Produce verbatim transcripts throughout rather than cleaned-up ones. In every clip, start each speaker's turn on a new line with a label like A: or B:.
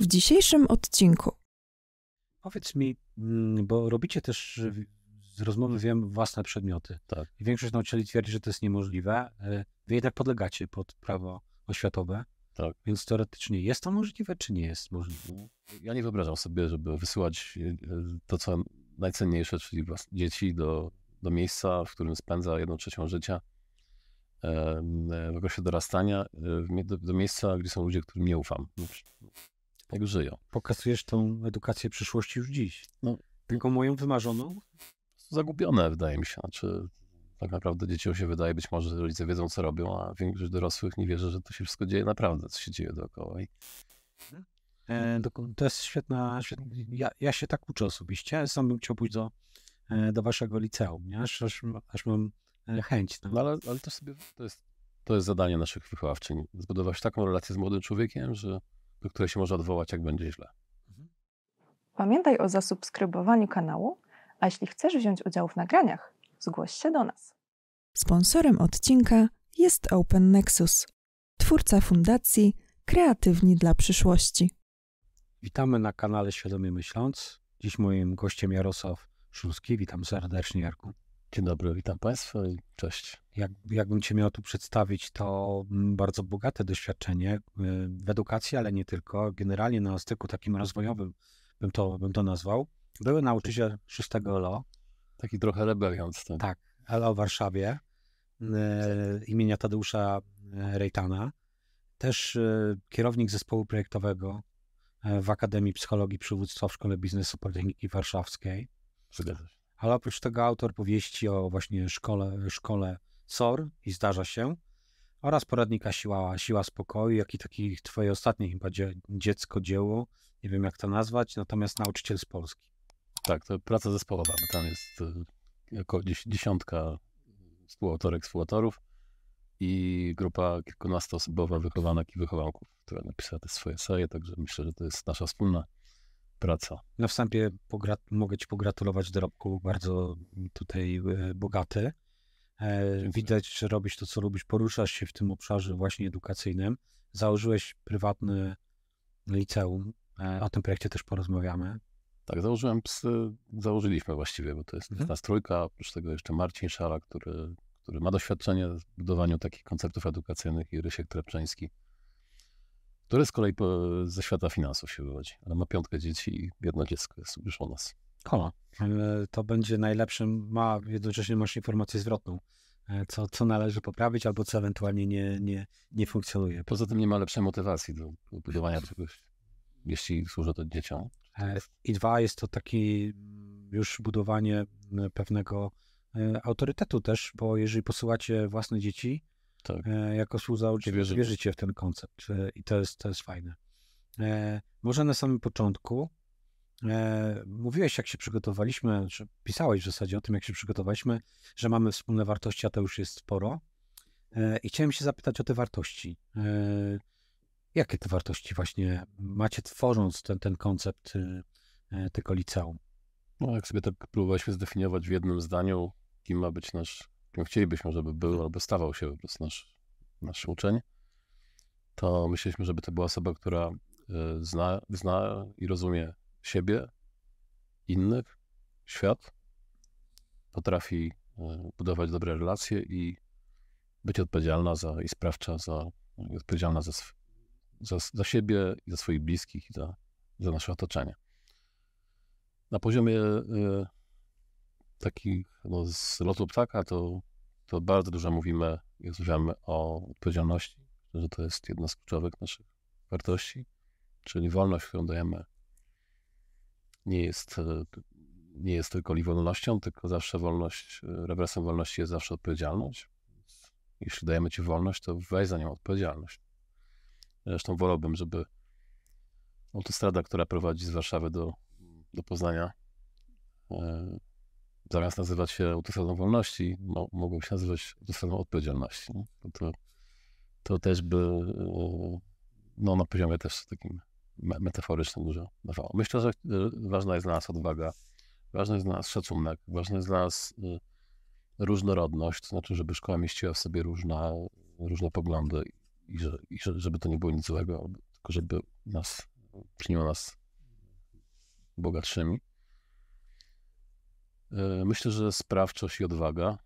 A: W dzisiejszym odcinku.
B: Powiedz mi, bo robicie też, z rozmowy wiem, własne przedmioty.
C: Tak.
B: I większość nauczycieli twierdzi, że to jest niemożliwe. Wy jednak podlegacie pod prawo oświatowe.
C: Tak.
B: Więc teoretycznie jest to możliwe, czy nie jest możliwe?
C: Ja nie wyobrażam sobie, żeby wysyłać to, co najcenniejsze, czyli dzieci do, do miejsca, w którym spędza jedną trzecią życia, w okresie dorastania, do, do miejsca, gdzie są ludzie, którym nie ufam. Jak żyją.
B: Pokazujesz tą edukację przyszłości już dziś.
C: No,
B: tylko moją wymarzoną?
C: Zagubione, wydaje mi się. Znaczy, tak naprawdę dzieciom się wydaje, być może, że rodzice wiedzą, co robią, a większość dorosłych nie wierzy, że to się wszystko dzieje naprawdę, co się dzieje dookoła. I...
B: E, to jest świetna... świetna ja, ja się tak uczę osobiście. Sam bym chciał pójść do, do waszego liceum, nie? Aż, aż, aż mam chęć. No.
C: No ale, ale to, sobie, to, jest, to jest zadanie naszych wychowawczyń. Zbudować taką relację z młodym człowiekiem, że, do której się może odwołać, jak będzie źle.
D: Pamiętaj o zasubskrybowaniu kanału, a jeśli chcesz wziąć udział w nagraniach, zgłoś się do nas.
A: Sponsorem odcinka jest Open Nexus, twórca fundacji Kreatywni dla przyszłości.
B: Witamy na kanale Świadomie Myśląc. Dziś moim gościem Jarosław Szulski. Witam serdecznie, Jarku.
C: Dzień dobry, witam Państwa i cześć.
B: Jak, jakbym Cię miał tu przedstawić, to bardzo bogate doświadczenie w edukacji, ale nie tylko. Generalnie na styku takim rozwojowym bym to, bym to nazwał. Były nauczyciel szóstego L O.
C: Taki trochę rebeliant. Tak,
B: tak L O w Warszawie e, imienia Tadeusza Rejtana. Też e, kierownik zespołu projektowego w Akademii Psychologii Przywództwa w Szkole Biznesu Politechniki Warszawskiej.
C: Zgadza się.
B: Ale oprócz tego autor powieści o właśnie szkole, szkole S O R i Zdarza się oraz poradnika Siła, Siła Spokoju, jak i takich twoje ostatnie chyba dzie, dziecko dzieło, nie wiem jak to nazwać, natomiast nauczyciel z Polski.
C: Tak, to praca zespołowa, bo tam jest jako dziesiątka współautorek, współautorów i grupa kilkunastoosobowa wychowanek i wychowanków, która napisała te swoje eseje, także myślę, że to jest nasza wspólna praca.
B: Na wstępie pograt- mogę Ci pogratulować dorobku, bardzo tutaj bogaty. E, widać, że robisz to, co lubisz, poruszasz się w tym obszarze właśnie edukacyjnym. Założyłeś prywatne liceum, e, o tym projekcie też porozmawiamy.
C: Tak, założyłem psy, założyliśmy właściwie, bo to jest
B: mhm.
C: nas trójka, oprócz tego jeszcze Marcin Szala, który, który ma doświadczenie w budowaniu takich konceptów edukacyjnych i Rysiek Trepczyński, który z kolei po, ze świata finansów się wywodzi, ale ma piątkę dzieci i jedno dziecko jest już u nas.
B: O, to będzie najlepszym, ma, jednocześnie masz informację zwrotną, co, co należy poprawić albo co ewentualnie nie, nie, nie funkcjonuje.
C: Poza tym nie ma lepszej motywacji do, do budowania czegoś, jeśli służy to dzieciom.
B: I dwa, jest to taki już budowanie pewnego autorytetu też, bo jeżeli posyłacie własne dzieci,
C: tak.
B: jako współzałożyciel,
C: wierzycie.
B: wierzycie w ten koncept i to jest, to jest fajne. Może na samym początku mówiłeś, jak się przygotowaliśmy, czy pisałeś w zasadzie o tym, jak się przygotowaliśmy, że mamy wspólne wartości, a to już jest sporo. I chciałem się zapytać o te wartości. Jakie te wartości właśnie macie, tworząc ten, ten koncept tego liceum?
C: No, jak sobie tak próbowaliśmy zdefiniować w jednym zdaniu, kim ma być nasz, kim chcielibyśmy, żeby był, albo stawał się po prostu nasz, nasz uczeń, to myśleliśmy, żeby to była osoba, która zna, zna i rozumie siebie, innych, świat, potrafi budować dobre relacje i być odpowiedzialna za, i sprawcza za, i odpowiedzialna za, za, za siebie i za swoich bliskich i za, za nasze otoczenie. Na poziomie y, takich no, z lotu ptaka to, to bardzo dużo mówimy i rozmawiamy o odpowiedzialności, że to jest jedna z kluczowych naszych wartości, czyli wolność, którą dajemy, nie jest, nie jest tylko wolnością, tylko zawsze wolność, rewersem wolności jest zawsze odpowiedzialność. Jeśli dajemy Ci wolność, to weź za nią odpowiedzialność. Zresztą wolałbym, żeby autostrada, która prowadzi z Warszawy do, do Poznania, e, zamiast nazywać się autostradą wolności, mo, mogłoby się nazywać autostradą odpowiedzialności. No? To, to też by e, no, na poziomie też takim metaforycznym dużo dawało. Myślę, że ważna jest dla nas odwaga, ważny jest dla nas szacunek, ważna jest dla nas y, różnorodność, to znaczy, żeby szkoła mieściła w sobie różne, różne poglądy i, że, i że, żeby to nie było nic złego, tylko żeby nas czyniło nas bogatszymi. Myślę, że sprawczość i odwaga,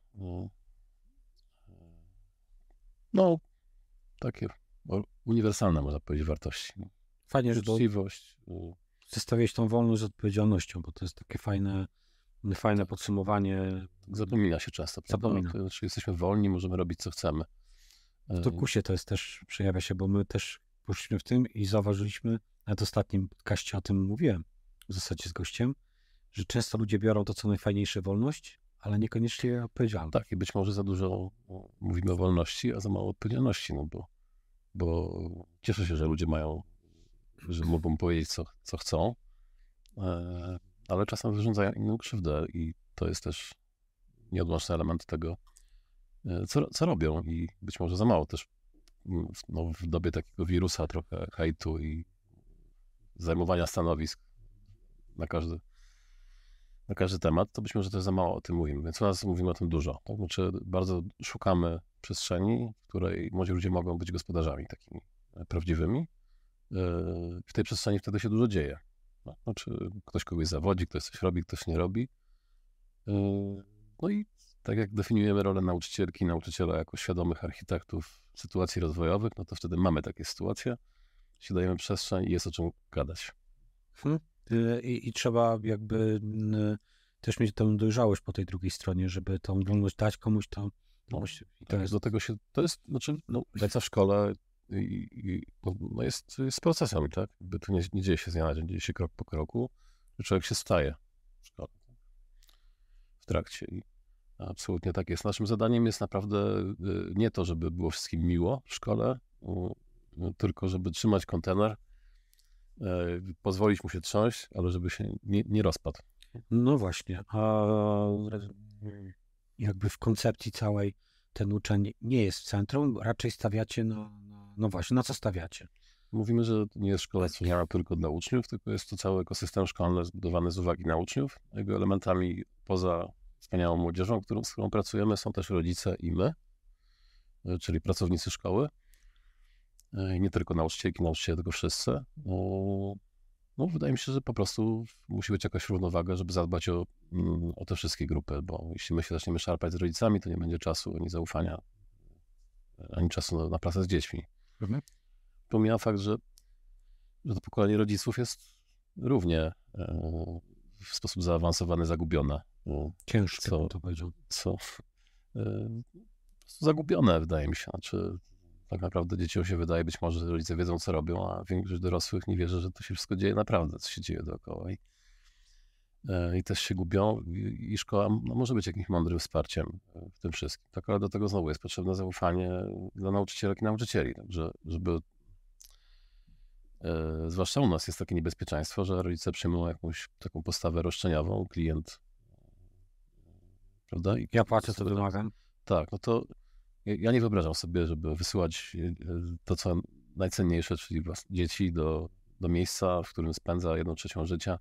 C: no takie uniwersalne, można powiedzieć, wartości.
B: Fajnie, że to
C: Uczciwość.
B: zestawiłeś tą wolność z odpowiedzialnością, bo to jest takie fajne, fajne podsumowanie.
C: Zapomina się często, prawda?
B: Zapomina.
C: To znaczy, jesteśmy wolni, możemy robić co chcemy.
B: W Dokusie to jest też, przejawia się, bo my też poszliśmy w tym i zauważyliśmy, nawet w ostatnim podcaście o tym mówiłem, w zasadzie z gościem, że często ludzie biorą to, co najfajniejsze, wolność, ale niekoniecznie odpowiedzialność.
C: Tak, i być może za dużo mówimy o wolności, a za mało odpowiedzialności, no bo, bo cieszę się, że ludzie mają, że mogą powiedzieć, co, co chcą, ale czasem wyrządzają inną krzywdę i to jest też nieodłączny element tego, co, co robią i być może za mało też no, w dobie takiego wirusa trochę hejtu i zajmowania stanowisk na każdy, na każdy temat, to być może też za mało o tym mówimy, więc u nas mówimy o tym dużo. Tak? Znaczy bardzo szukamy przestrzeni, w której młodzi ludzie mogą być gospodarzami takimi prawdziwymi. W tej przestrzeni wtedy się dużo dzieje. Znaczy ktoś kogoś zawodzi, ktoś coś robi, ktoś nie robi. No i tak jak definiujemy rolę nauczycielki, nauczyciela jako świadomych architektów sytuacji rozwojowych, no to wtedy mamy takie sytuacje, się dajemy przestrzeń i jest o czym gadać.
B: Hmm. I, I trzeba jakby n, też mieć tę dojrzałość po tej drugiej stronie, żeby tą wolność dać komuś tam.
C: No,
B: I to
C: tak,
B: jest...
C: do tego się, to jest, znaczy, no, praca w szkole i, i, no jest, jest procesem, tak? Jakby to nie, nie dzieje się z dnia na dzień, dzieje się krok po kroku, że człowiek się staje w szkole, w trakcie. I absolutnie tak jest. Naszym zadaniem jest naprawdę nie to, żeby było wszystkim miło w szkole, tylko żeby trzymać kontener, pozwolić mu się trząść, ale żeby się nie, nie rozpadł.
B: No właśnie, a jakby w koncepcji całej ten uczeń nie jest w centrum, raczej stawiacie na, na no właśnie, na co stawiacie?
C: Mówimy, że to nie jest szkoła wspaniała tylko dla uczniów, tylko jest to cały ekosystem szkolny zbudowany z uwagi na uczniów. Jego elementami poza wspaniałą młodzieżą, którą, z którą pracujemy, są też rodzice i my, czyli pracownicy szkoły. Nie tylko nauczycielki, nauczyciele, tylko wszyscy. No, wydaje mi się, że po prostu musi być jakaś równowaga, żeby zadbać o, o te wszystkie grupy, bo jeśli my się zaczniemy szarpać z rodzicami, to nie będzie czasu ani zaufania, ani czasu na, na pracę z dziećmi.
B: Mhm.
C: Pomijam fakt, że, że to pokolenie rodziców jest równie e, w sposób zaawansowany zagubione.
B: Ciężko,
C: co,
B: to powiedział.
C: Co e, zagubione, wydaje mi się. Znaczy, tak naprawdę dzieciom się wydaje, być może, że rodzice wiedzą, co robią, a większość dorosłych nie wierzy, że to się wszystko dzieje naprawdę, co się dzieje dookoła. I, e, i też się gubią i, i szkoła no, może być jakimś mądrym wsparciem w tym wszystkim. Tak, ale do tego znowu jest potrzebne zaufanie dla nauczycielek i nauczycieli. Także, żeby e, zwłaszcza u nas jest takie niebezpieczeństwo, że rodzice przyjmują jakąś taką postawę roszczeniową, klient, prawda? I
B: Ja płacę, co wymagam.
C: Tak, no to ja nie wyobrażam sobie, żeby wysyłać to, co najcenniejsze, czyli dzieci do, do miejsca, w którym spędza jedną trzecią życia,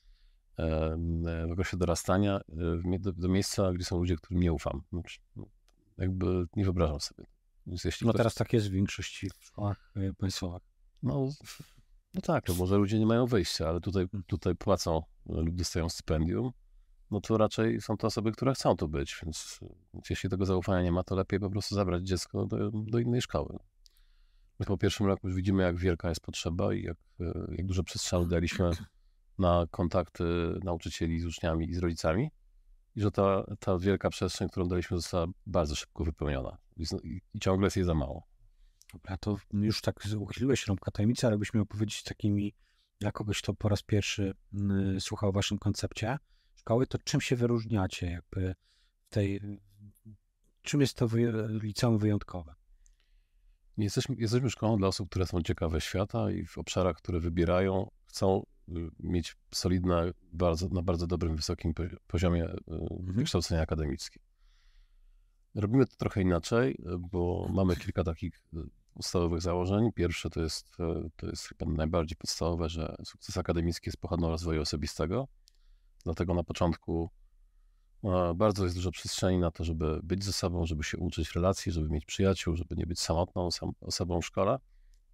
C: w okresie dorastania, do, do miejsca, gdzie są ludzie, którym nie ufam. No, jakby nie wyobrażam sobie. Więc jeśli
B: no
C: ktoś...
B: teraz tak jest w większości w szkołach państwowych.
C: No, no tak, to może ludzie nie mają wyjścia, ale tutaj, tutaj płacą lub dostają stypendium, no to raczej są to osoby, które chcą tu być, więc jeśli tego zaufania nie ma, to lepiej po prostu zabrać dziecko do, do innej szkoły. My po pierwszym roku już widzimy, jak wielka jest potrzeba i jak, jak dużo przestrzeni daliśmy na kontakty nauczycieli z uczniami i z rodzicami i że ta, ta wielka przestrzeń, którą daliśmy, została bardzo szybko wypełniona i, i, i ciągle jest jej za mało.
B: Dobra, to już tak uchyliłeś rąbka tajemnicy, ale byś miał powiedzieć takimi, dla kogoś, kto po raz pierwszy y, słuchał o waszym koncepcie szkoły, to czym się wyróżniacie jakby w tej, czym jest to wyj- liceum wyjątkowe?
C: Jesteśmy, jesteśmy szkołą dla osób, które są ciekawe świata i w obszarach, które wybierają, chcą mieć solidne, bardzo, na bardzo dobrym, wysokim poziomie mhm. wykształcenia akademickie. Robimy to trochę inaczej, bo mamy kilka takich podstawowych założeń. Pierwsze to jest, to jest chyba najbardziej podstawowe, że sukces akademicki jest pochodną rozwoju osobistego. Dlatego na początku bardzo jest dużo przestrzeni na to, żeby być ze sobą, żeby się uczyć relacji, żeby mieć przyjaciół, żeby nie być samotną sam, osobą w szkole.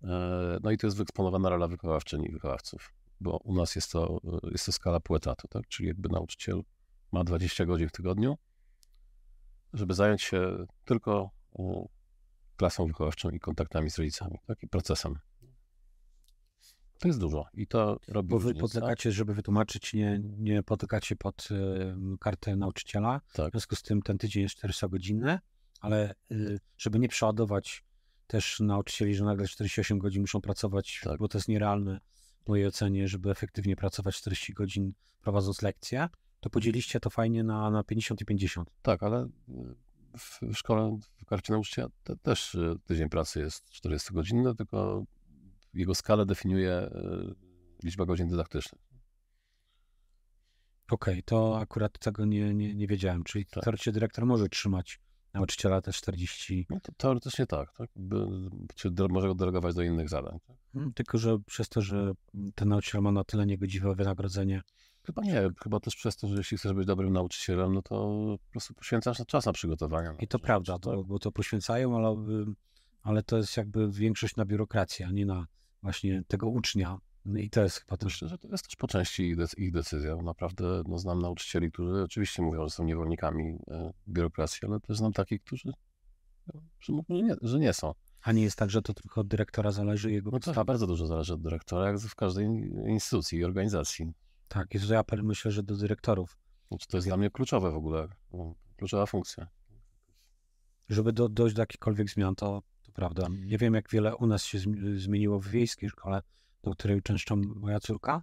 C: No i to jest wyeksponowana rola wychowawczyni i wychowawców, bo u nas jest to, jest to skala pół etatu, tak? Czyli jakby nauczyciel ma dwadzieścia godzin w tygodniu, żeby zająć się tylko klasą wychowawczą i kontaktami z rodzicami, tak? I procesem. To jest dużo i to robi
B: Bo wy
C: różnicę.
B: podlegacie, żeby wytłumaczyć, nie, nie potykacie pod y, kartę nauczyciela,
C: Tak.
B: w związku z tym ten tydzień jest czterystagodzinny, ale y, żeby nie przeładować też nauczycieli, że nagle czterdzieści osiem godzin muszą pracować,
C: Tak.
B: bo to jest nierealne w mojej ocenie, żeby efektywnie pracować czterdzieści godzin prowadząc lekcje, to podzieliście to fajnie na, na pięćdziesiąt i pięćdziesiąt.
C: Tak, ale w, w szkole, w karcie nauczyciela te, też tydzień pracy jest czterdziestogodzinny, tylko jego skalę definiuje liczba godzin dydaktycznych.
B: Okej, okay, to akurat tego nie, nie, nie wiedziałem, czyli
C: Tak.
B: teoretycznie dyrektor może trzymać nauczyciela te czterdzieści.
C: No to teoretycznie tak, tak? By, czy de, może go delegować do innych zadań. Tak?
B: Hmm, tylko, że przez to, że ten nauczyciel ma na tyle niegodziwe wynagrodzenie.
C: Chyba nie, chyba też przez to, że jeśli chcesz być dobrym nauczycielem, no to po prostu poświęcasz czas na przygotowania.
B: I to prawda,
C: tak?
B: to, bo to poświęcają, ale, ale to jest jakby większość na biurokrację, a nie na właśnie tego ucznia. I to jest chyba też...
C: Myślę, że to jest też po części ich, de- ich decyzja. Naprawdę no, znam nauczycieli, którzy oczywiście mówią, że są niewolnikami e, biurokracji, ale też znam takich, którzy że, mówią, że, nie, że nie są.
B: A nie jest tak, że to tylko od dyrektora zależy jego
C: No to bardzo dużo zależy od dyrektora, jak w każdej instytucji i organizacji.
B: Tak, jest to apel, myślę, że do dyrektorów.
C: Znaczy, to jest dla mnie kluczowe w ogóle, kluczowa funkcja.
B: Żeby do, dojść do jakichkolwiek zmian, to, to prawda. Nie wiem, jak wiele u nas się zmieniło w wiejskiej szkole, do której uczęszczam moja córka.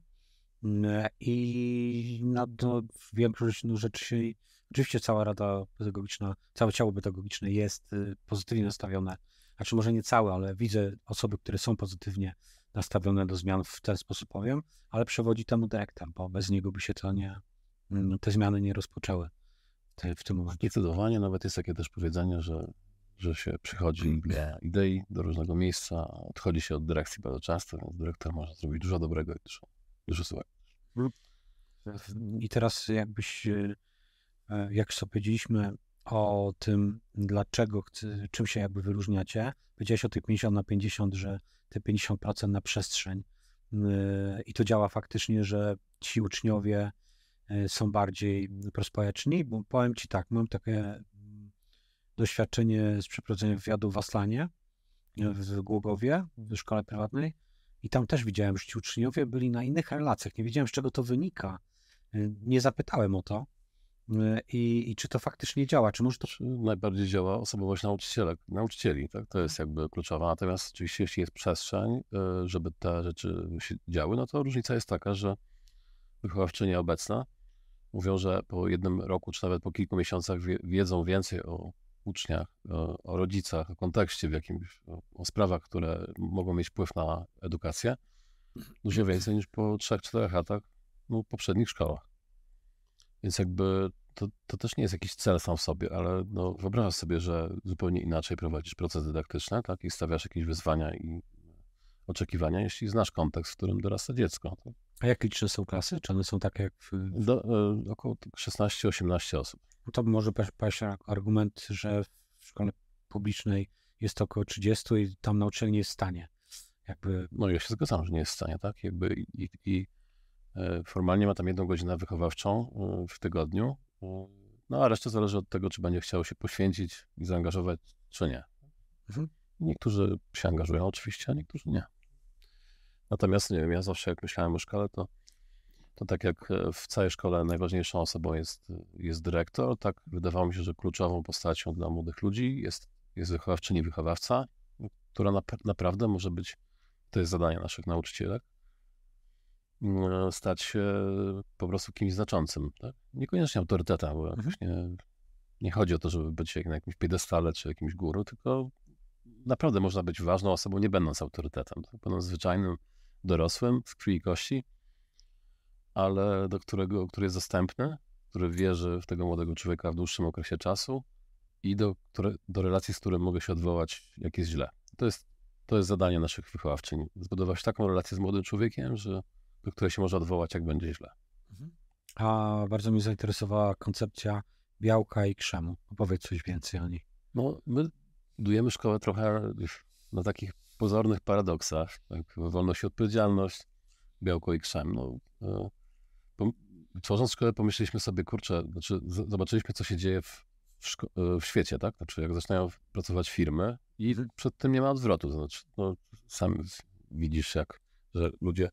B: I no, to większość no, rzeczy się... Oczywiście cała rada pedagogiczna, całe ciało pedagogiczne jest pozytywnie nastawione. Znaczy może nie całe, ale widzę osoby, które są pozytywnie nastawione do zmian w ten sposób powiem, ale przewodzi temu dyrektor, bo bez niego by się to nie, te zmiany nie rozpoczęły te, w tym momencie.
C: Zdecydowanie, nawet jest takie też powiedzenie, że, że się przychodzi dla idei do różnego miejsca, odchodzi się od dyrekcji bardzo często, więc dyrektor może zrobić dużo dobrego i dużo, dużo złego.
B: I teraz jakbyś, jak już sobie powiedzieliśmy o tym, dlaczego, czym się jakby wyróżniacie, powiedziałeś o tych pięćdziesiąt na pięćdziesiąt, że te pięćdziesiąt procent na przestrzeń i to działa faktycznie, że ci uczniowie są bardziej prospołeczni, bo powiem ci tak, mam takie doświadczenie z przeprowadzenia wywiadu w Aslanie, w Głogowie, w szkole prywatnej i tam też widziałem, że ci uczniowie byli na innych relacjach, nie wiedziałem, z czego to wynika, nie zapytałem o to i, i czy to faktycznie działa, czy może to...
C: Najbardziej działa osobowość nauczycielek, nauczycieli, tak? To jest jakby kluczowa, natomiast oczywiście jeśli jest przestrzeń, żeby te rzeczy się działy, no to różnica jest taka, że wychowawczynie obecne mówią, że po jednym roku, czy nawet po kilku miesiącach wiedzą więcej o uczniach, o, o rodzicach, o kontekście w jakimś, o, o sprawach, które mogą mieć wpływ na edukację, dużo więcej niż po trzech, czterech latach no, w poprzednich szkołach. Więc jakby to, to też nie jest jakiś cel sam w sobie, ale no, wyobrażasz sobie, że zupełnie inaczej prowadzisz proces dydaktyczny, tak? I stawiasz jakieś wyzwania i oczekiwania, jeśli znasz kontekst, w którym dorasta dziecko. Tak?
B: A jak liczne są klasy? Czy one są takie jak w...
C: Do, y, około szesnaście osiemnaście osób.
B: No to może paść argument, że w szkole publicznej jest około trzydziestu i tam nauczyciel nie jest w stanie. Jakby...
C: No ja się zgadzam, że nie jest w stanie, tak? Jakby i, i y, formalnie ma tam jedną godzinę wychowawczą y, w tygodniu, y, no a reszta zależy od tego, czy będzie chciał się poświęcić i zaangażować, czy nie.
B: Mhm.
C: Niektórzy się angażują oczywiście, a niektórzy nie. Natomiast, nie wiem, ja zawsze jak myślałem o szkole, to, to tak jak w całej szkole najważniejszą osobą jest, jest dyrektor, tak wydawało mi się, że kluczową postacią dla młodych ludzi jest, jest wychowawczyni, wychowawca, która na, naprawdę może być, to jest zadanie naszych nauczycielek, stać się po prostu kimś znaczącym. Tak? Niekoniecznie autorytetem, bo
B: Mhm.
C: nie, nie chodzi o to, żeby być na jakimś piedestale czy jakimś guru, tylko naprawdę można być ważną osobą, nie będąc autorytetem. Tak? Będąc zwyczajnym dorosłym z krwi i kości, ale do którego, który jest dostępny, który wierzy w tego młodego człowieka w dłuższym okresie czasu i do, które, do relacji, z którym mogę się odwołać, jak jest źle. To jest, to jest zadanie naszych wychowawczyń. Zbudować taką relację z młodym człowiekiem, że, do której się może odwołać, jak będzie źle.
B: A bardzo mnie zainteresowała koncepcja białka i krzemu. Opowiedz coś więcej o niej.
C: No, my budujemy szkołę trochę na takich pozornych paradoksach, tak, wolność i odpowiedzialność, białko i krzem. No, e, pom- tworząc szkołę pomyśleliśmy sobie, kurczę, znaczy z- zobaczyliśmy, co się dzieje w, w, szko- w świecie, tak? Znaczy jak zaczynają pracować firmy i przed tym nie ma odwrotu. To znaczy, no, sam widzisz, jak, że ludzie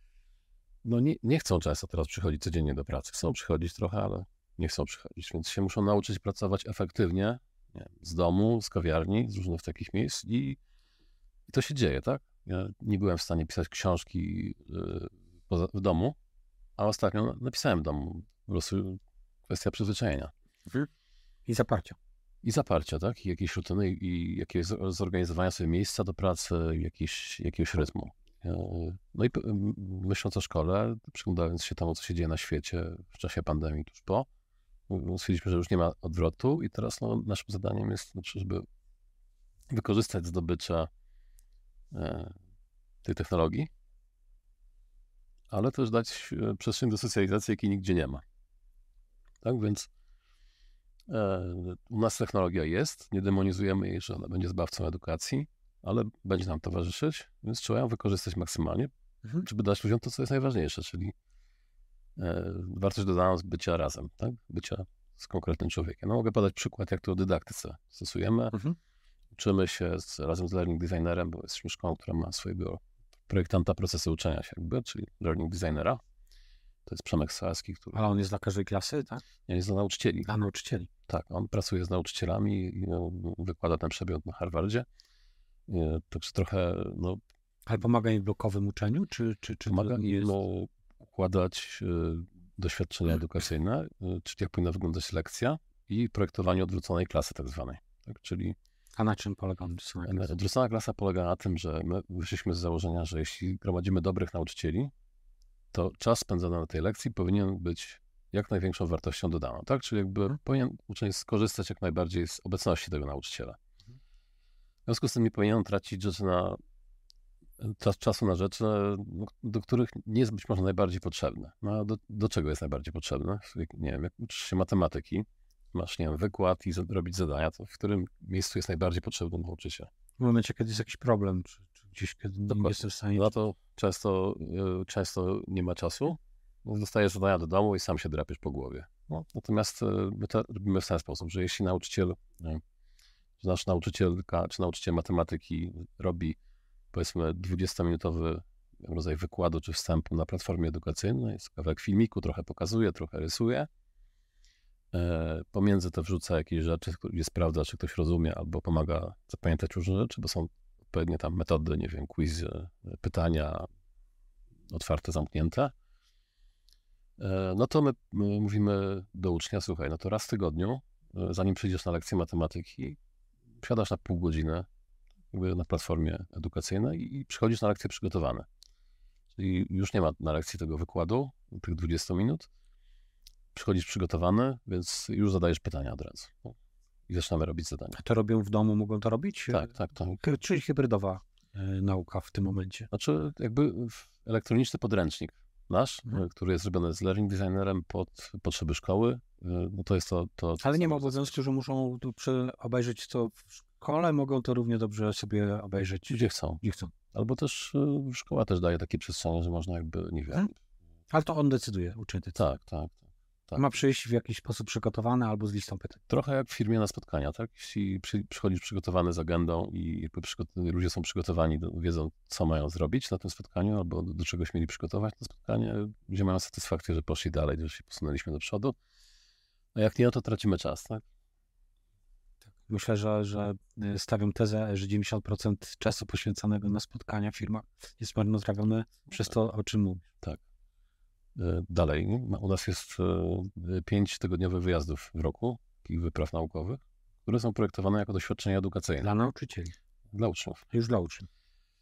C: no nie, nie chcą często teraz przychodzić codziennie do pracy. Chcą przychodzić trochę, ale nie chcą przychodzić, więc się muszą nauczyć pracować efektywnie, nie wiem, z domu, z kawiarni, z różnych takich miejsc i, i to się dzieje, tak? Ja nie byłem w stanie pisać książki yy, poza, w domu, a ostatnio napisałem w domu. Po prostu kwestia przyzwyczajenia.
B: I zaparcia.
C: I zaparcia, tak? I jakiejś rutyny, i jakiegoś z- zorganizowania sobie miejsca do pracy, i jakiegoś, jakiegoś rytmu. Yy, No i p- m- myśląc o szkole, przyglądając się temu, co się dzieje na świecie w czasie pandemii, tuż po, yy, stwierdziliśmy, że już nie ma odwrotu i teraz no, naszym zadaniem jest, znaczy, żeby wykorzystać zdobycze e, tej technologii, ale też dać e, przestrzeń do socjalizacji, jakiej nigdzie nie ma. Tak więc e, u nas technologia jest, nie demonizujemy jej, że ona będzie zbawcą edukacji, ale będzie nam towarzyszyć, więc trzeba ją wykorzystać maksymalnie,
B: Mhm.
C: żeby dać ludziom to, co jest najważniejsze, czyli e, wartość dodaną z bycia razem, tak? Bycia z konkretnym człowiekiem. No, mogę podać przykład, jak to w dydaktyce stosujemy.
B: Mhm.
C: Uczymy się z, razem z learning designerem, bo jesteśmy szkołą, która ma swojego projektanta procesu uczenia się jakby, czyli learning designera. To jest Przemek Sałacki, który
B: Ale on jest dla każdej klasy, tak?
C: jest dla nauczycieli.
B: Dla nauczycieli.
C: Tak, on pracuje z nauczycielami i no, wykłada ten przedmiot na Harvardzie. E, Także trochę no,
B: Ale pomaga im w blokowym uczeniu, czy, czy, czy
C: pomaga
B: to
C: im
B: jest...
C: no, układać e, doświadczenia edukacyjne, e, czyli jak powinna wyglądać lekcja i projektowanie odwróconej klasy tak zwanej. Tak? Czyli
B: A na czym polega odwrócona klasa?
C: odwrócona klasa polega na tym, że my wyszliśmy z założenia, że jeśli gromadzimy dobrych nauczycieli, to czas spędzony na tej lekcji powinien być jak największą wartością dodaną, tak? Czyli jakby
B: Mhm.
C: powinien uczeń skorzystać jak najbardziej z obecności tego nauczyciela. W związku z tym nie powinien tracić rzeczy na, czas, czasu na rzeczy, no, do których nie jest być może najbardziej potrzebne. No, a do, do czego jest najbardziej potrzebne? Jak, nie wiem, jak uczysz się matematyki, masz, nie wiem, wykład i za, robić zadania, to w którym miejscu jest najbardziej potrzebny nauczyciel?
B: W momencie, kiedy jest jakiś problem, czy, czy gdzieś, kiedy nie
C: Dokładnie.
B: jestem w stanie...
C: No to często, y, często nie ma czasu, więc dostajesz zadania do domu i sam się drapiesz po głowie. No, natomiast y, my to robimy w ten sposób, że jeśli nauczyciel, y, że nasz nauczycielka czy nauczyciel matematyki robi powiedzmy dwudziestominutowy rodzaj wykładu czy wstępu na platformie edukacyjnej, jest kawałek filmiku, trochę pokazuje, trochę rysuje, e, pomiędzy to wrzuca jakieś rzeczy, gdzie sprawdza, czy ktoś rozumie, albo pomaga zapamiętać różne rzeczy, bo są odpowiednie tam metody, nie wiem, quizy, pytania otwarte, zamknięte. E, no to my, my mówimy do ucznia, słuchaj, no to raz w tygodniu, e, zanim przyjdziesz na lekcję matematyki, siadasz na pół godziny jakby na platformie edukacyjnej i przychodzisz na lekcję przygotowany. Czyli już nie ma na lekcji tego wykładu, tych dwudziestu minut. Przychodzisz przygotowany, więc już zadajesz pytania od razu. No. I zaczynamy robić zadania.
B: To robią w domu, mogą to robić?
C: Tak, tak, tak.
B: Hy- Czyli hybrydowa e, nauka w tym momencie.
C: Znaczy jakby elektroniczny podręcznik nasz,
B: Mhm.
C: który jest zrobiony z learning designerem pod potrzeby szkoły, no to jest to... to
B: Ale
C: co
B: nie ma
C: możemy
B: obowiązku, że muszą tu przy, obejrzeć to w szkole, mogą to równie dobrze sobie obejrzeć
C: Gdzie chcą.
B: gdzie chcą.
C: Albo też y, szkoła też daje takie przestrzenie, że można jakby, nie wiem...
B: Mhm. Ale to on decyduje, uczeń decyduje.
C: Tak, tak. tak.
B: Ma przyjść w jakiś sposób przygotowany albo z listą pytań.
C: Trochę jak w firmie na spotkania, tak? Jeśli przy, przychodzisz przygotowany z agendą i jakby przygot- ludzie są przygotowani, do, wiedzą, co mają zrobić na tym spotkaniu, albo do, do czegoś mieli przygotować na spotkanie, gdzie mają satysfakcję, że poszli dalej, że się posunęliśmy do przodu. A jak nie, no to tracimy czas, tak?
B: Myślę, że, że stawiam tezę, że dziewięćdziesiąt procent czasu poświęconego na spotkania w firmach jest marnotrawione przez to, o czym mówisz.
C: E, Dalej, nie? Ma- u nas jest e, pięć tygodniowych wyjazdów w roku, takich wypraw naukowych, które są projektowane jako doświadczenia edukacyjne
B: Dla nauczycieli,
C: dla uczniów.
B: już dla uczniów.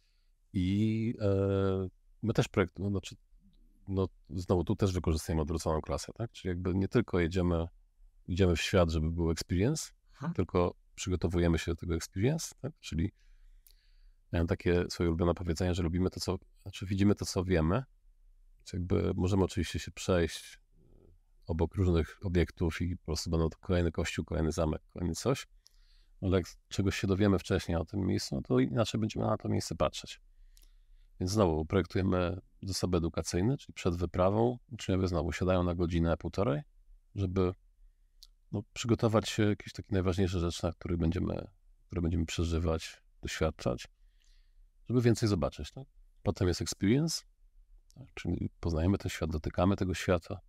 C: I e, my też projektujemy, znaczy, no znowu tu też wykorzystujemy odwróconą klasę, tak? Czyli jakby nie tylko jedziemy, idziemy w świat, żeby był experience,
B: Aha.
C: tylko przygotowujemy się do tego experience, tak? Czyli ja mam takie swoje ulubione powiedzenie, że lubimy to, co, znaczy widzimy to, co wiemy. Więc jakby możemy oczywiście się przejść obok różnych obiektów i po prostu będą to kolejny kościół, kolejny zamek, kolejny coś, ale jak czegoś się dowiemy wcześniej o tym miejscu, no to inaczej będziemy na to miejsce patrzeć. Więc znowu projektujemy zasoby edukacyjne, czyli przed wyprawą uczniowie znowu siadają na godzinę, półtorej, żeby no, przygotować się jakieś takie najważniejsze rzeczy, na których będziemy, które będziemy przeżywać, doświadczać, żeby więcej zobaczyć. Tak? Potem jest experience, tak? Czyli poznajemy ten świat, dotykamy tego świata.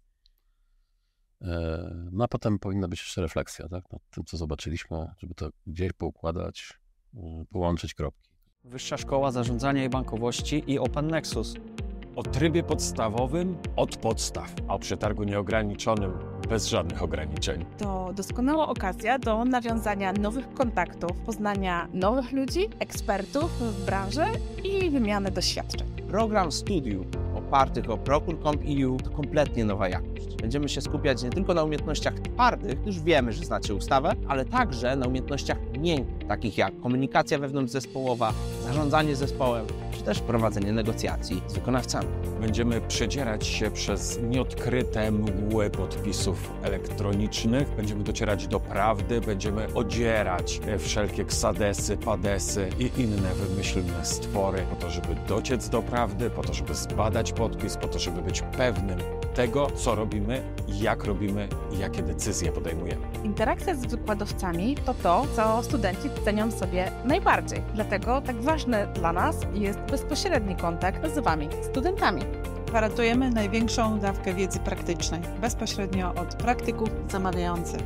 C: No a potem powinna być jeszcze refleksja, tak? Nad tym, co zobaczyliśmy, żeby to gdzieś poukładać, połączyć kropki.
E: Wyższa Szkoła Zarządzania i Bankowości i Open Nexus.
F: O trybie podstawowym od podstaw, a o przetargu nieograniczonym bez żadnych ograniczeń.
G: To doskonała okazja do nawiązania nowych kontaktów, poznania nowych ludzi, ekspertów w branży i wymiany doświadczeń.
H: Program studiów opartych o Procure kropka com kropka e u to kompletnie nowa jakość. Będziemy się skupiać nie tylko na umiejętnościach twardych, już wiemy, że znacie ustawę, ale także na umiejętnościach miękkich, takich jak komunikacja wewnątrzzespołowa, zarządzanie zespołem, czy też prowadzenie negocjacji z wykonawcami.
F: Będziemy przedzierać się przez nieodkryte mgły podpisów elektronicznych, będziemy docierać do prawdy, będziemy odzierać wszelkie ksadesy, padesy i inne wymyślne stwory po to, żeby dociec do prawdy, po to, żeby zbadać podpis, po to, żeby być pewnym tego, co robimy, jak robimy i jakie decyzje podejmujemy.
G: Interakcja z wykładowcami to to, co studenci cenią sobie najbardziej. Dlatego tak ważny dla nas jest bezpośredni kontakt z Wami, studentami.
I: Gwarantujemy największą dawkę wiedzy praktycznej, bezpośrednio od praktyków zamawiających.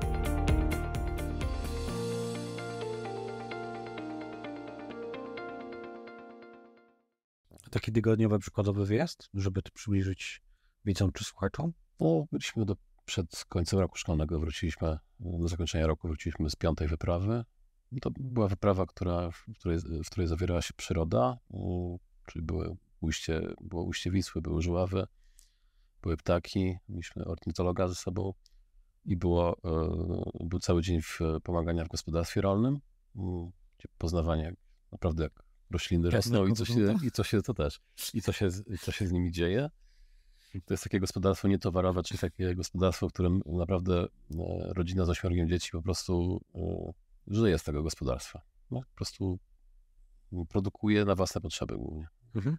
B: Taki tygodniowy przykładowy wyjazd, żeby to przybliżyć widzom czy słuchaczom?
C: No, byliśmy do, przed końcem roku szkolnego, wróciliśmy, do zakończenia roku wróciliśmy z piątej wyprawy. To była wyprawa, która, w, której, w której zawierała się przyroda, czyli były ujście, było ujście Wisły, były żuławy, były ptaki, mieliśmy ornitologa ze sobą i było, był cały dzień w pomagania w gospodarstwie rolnym, gdzie poznawanie naprawdę jak rośliny rosną i co się, i co się to też, i co się, i co się z nimi dzieje. To jest takie gospodarstwo nietowarowe, czyli takie gospodarstwo, w którym naprawdę rodzina z ośmiorgiem dzieci po prostu żyje z tego gospodarstwa. No, po prostu produkuje na własne potrzeby głównie. Mhm.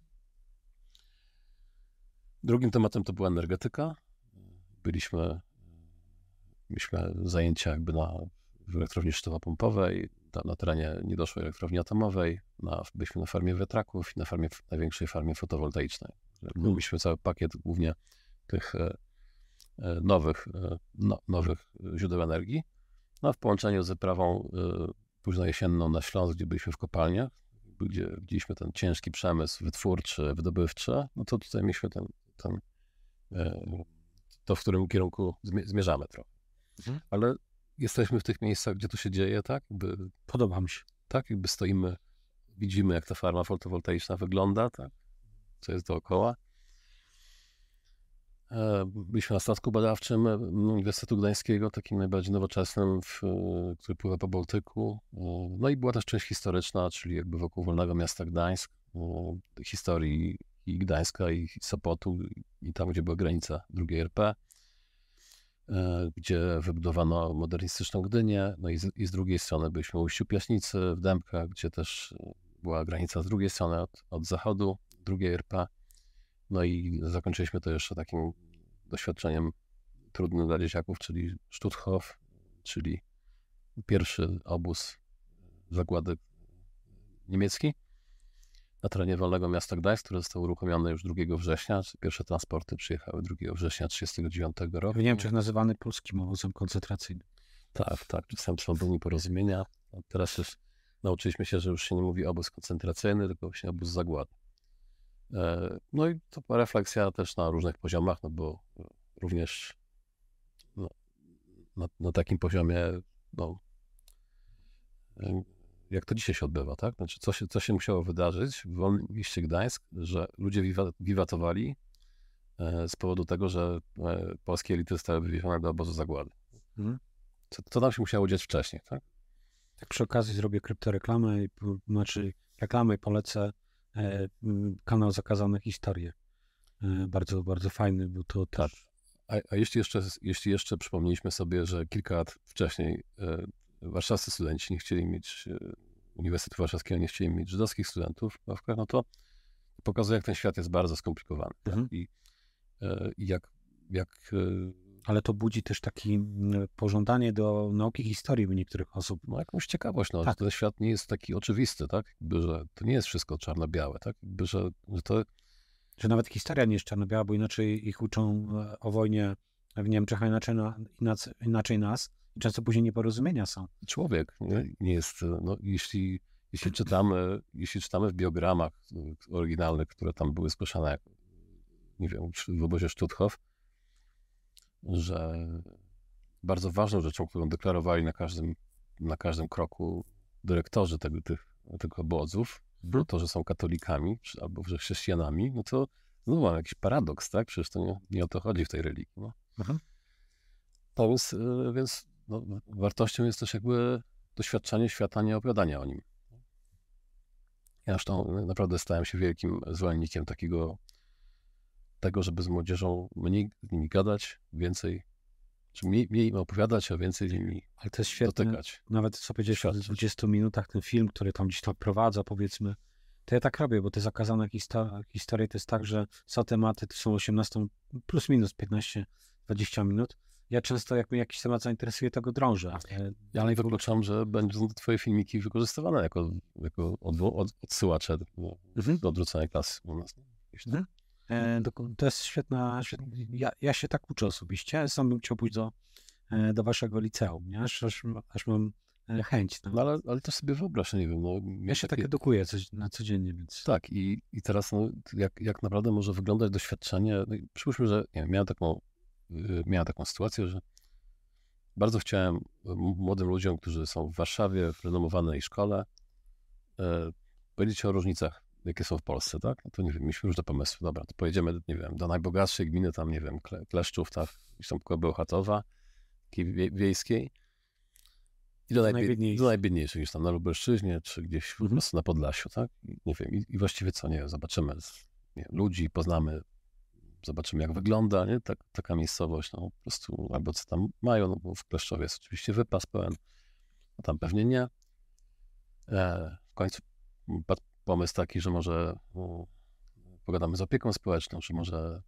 C: Drugim tematem to była energetyka. Byliśmy, mieliśmy zajęcia jakby na, w elektrowni szczytowo-pompowej, tam na terenie niedoszłej elektrowni atomowej, na, byliśmy na farmie wiatraków i na farmie, największej farmie fotowoltaicznej. Mhm. Mieliśmy cały pakiet głównie tych e, nowych, e, no, nowych źródeł energii. No, w połączeniu z wyprawą y, późno jesienną na Śląsk, gdzie byliśmy w kopalniach, gdzie widzieliśmy ten ciężki przemysł wytwórczy, wydobywczy, no to tutaj mieliśmy ten, ten, y, to, w którym kierunku zmierzamy trochę. Mhm. Ale jesteśmy w tych miejscach, gdzie to się dzieje, tak? Jakby,
B: Podoba mi się.
C: Tak, jakby stoimy, widzimy, jak ta farma fotowoltaiczna wygląda, tak? Co jest dookoła. Byliśmy na statku badawczym Uniwersytetu Gdańskiego, takim najbardziej nowoczesnym, w, który pływa po Bałtyku. No i była też część historyczna, czyli jakby wokół Wolnego Miasta Gdańsk, historii i Gdańska, i Sopotu, i tam, gdzie była granica drugiej R P, gdzie wybudowano modernistyczną Gdynię, no i z, i z drugiej strony byliśmy u Ujściu Piaśnicy w Dębkach, gdzie też była granica z drugiej strony od, od zachodu drugiej R P. No i zakończyliśmy to jeszcze takim doświadczeniem trudnym dla dzieciaków, czyli Stutthof, czyli pierwszy obóz zagłady niemiecki na terenie Wolnego Miasta Gdańsk, który został uruchomiony już drugiego września. Pierwsze transporty przyjechały drugiego września tysiąc dziewięćset trzydziestego dziewiątego roku.
B: W Niemczech nazywany polskim obozem koncentracyjnym.
C: Tak, tak. Czasem są do nieporozumienia. A teraz już nauczyliśmy się, że już się nie mówi obóz koncentracyjny, tylko właśnie obóz zagłady. No i to refleksja też na różnych poziomach, no bo również no, na, na takim poziomie, no, jak to dzisiaj się odbywa, tak? Znaczy, co się, co się musiało wydarzyć w Wolnym Mieście Gdańsk, że ludzie wiwa, wiwatowali z powodu tego, że polskie elity zostały wywiezione do obozu zagłady. Mhm. Co, co tam się musiało dziać wcześniej, tak?
B: Tak przy okazji zrobię kryptoreklamę, i, znaczy reklamę i polecę e, kanał Zakazane Historie. E, bardzo, bardzo fajny, bo to
C: tak.
B: też...
C: A, a jeśli, jeszcze, jeśli jeszcze przypomnieliśmy sobie, że kilka lat wcześniej e, warszawscy studenci nie chcieli mieć, Uniwersytetu Warszawskiego nie chcieli mieć żydowskich studentów, no to pokazuje, jak ten świat jest bardzo skomplikowany. Mhm. I, i jak, jak...
B: Ale to budzi też takie pożądanie do nauki historii u niektórych osób.
C: No jakąś ciekawość, no,
B: tak.
C: że ten świat nie jest taki oczywisty, tak? Jakby, że to nie jest wszystko czarno-białe, tak? Jakby, że, że to...
B: Że nawet historia nie jest czarno-biała, bo inaczej ich uczą o wojnie w Niemczech, a inaczej, na, inaczej nas. I często później nieporozumienia są.
C: Człowiek nie, nie jest, no jeśli, jeśli czytamy, jeśli czytamy w biogramach oryginalnych, które tam były zgłaszane, jak, nie wiem, w obozie Stutthof, że bardzo ważną rzeczą, którą deklarowali na każdym, na każdym kroku dyrektorzy tego, tych, tych obozów, było to, że są katolikami albo że chrześcijanami, no to znowu mam jakiś paradoks, tak? Przecież to nie, nie o to chodzi w tej religii. No. Mhm. To więc, więc no, wartością jest też jakby doświadczanie świata, nie opowiadania o nim. Ja zresztą naprawdę stałem się wielkim zwolennikiem takiego, tego, żeby z młodzieżą mniej z nimi gadać, więcej, czy mniej, mniej im opowiadać, a więcej z nimi
B: Ale to jest świetne,
C: dotykać.
B: Nawet co powiedziałeś w dwudziestu minutach, ten film, który tam gdzieś to prowadza, powiedzmy, to ja tak robię, bo te zakazane histo- historie to jest tak, że są tematy, to są osiemnaście plus minus piętnaście dwadzieścia minut. Ja często jak mnie jakiś temat zainteresuje, to go drążę.
C: Ja nie wykluczam, że będą twoje filmiki wykorzystywane jako, jako odwo- od, odsyłacze do, mhm. do odwrócenia klasy u nas.
B: Mhm. E, to jest świetna, świetna ja, ja się tak uczę osobiście, sam bym chciał pójść do, do waszego liceum, nie? Aż, aż, aż mam chęć. No.
C: No ale, ale też sobie wyobraź, nie wiem. No,
B: ja się takie... tak edukuję coś, na codziennie, więc...
C: Tak, i, i teraz no, jak, jak naprawdę może wyglądać doświadczenie, no, przypuśćmy, że nie wiem, miałem, taką, miałem taką sytuację, że bardzo chciałem młodym ludziom, którzy są w Warszawie, w renomowanej szkole, e, powiedzieć o różnicach, jakie są w Polsce, tak? No to nie wiem, mieliśmy różne pomysły. Dobra, to pojedziemy, nie wiem, do najbogatszej gminy, tam, nie wiem, Kleszczów, tak, gdzieś tam koło Bełchatowa, takiej wie, wiejskiej, i do, najbiedniejszych. do najbiedniejszych, gdzieś tam na Lubelszczyźnie, czy gdzieś mhm. po prostu na Podlasiu, tak? Nie wiem, i, i właściwie co, nie wiem, zobaczymy nie wiem, ludzi, poznamy, zobaczymy jak wygląda, nie? Tak, taka miejscowość, no po prostu, albo co tam mają, no bo w Kleszczowie jest oczywiście wypas pełen, a tam pewnie nie. E, w końcu pomysł taki, że może no, pogadamy z opieką społeczną, czy może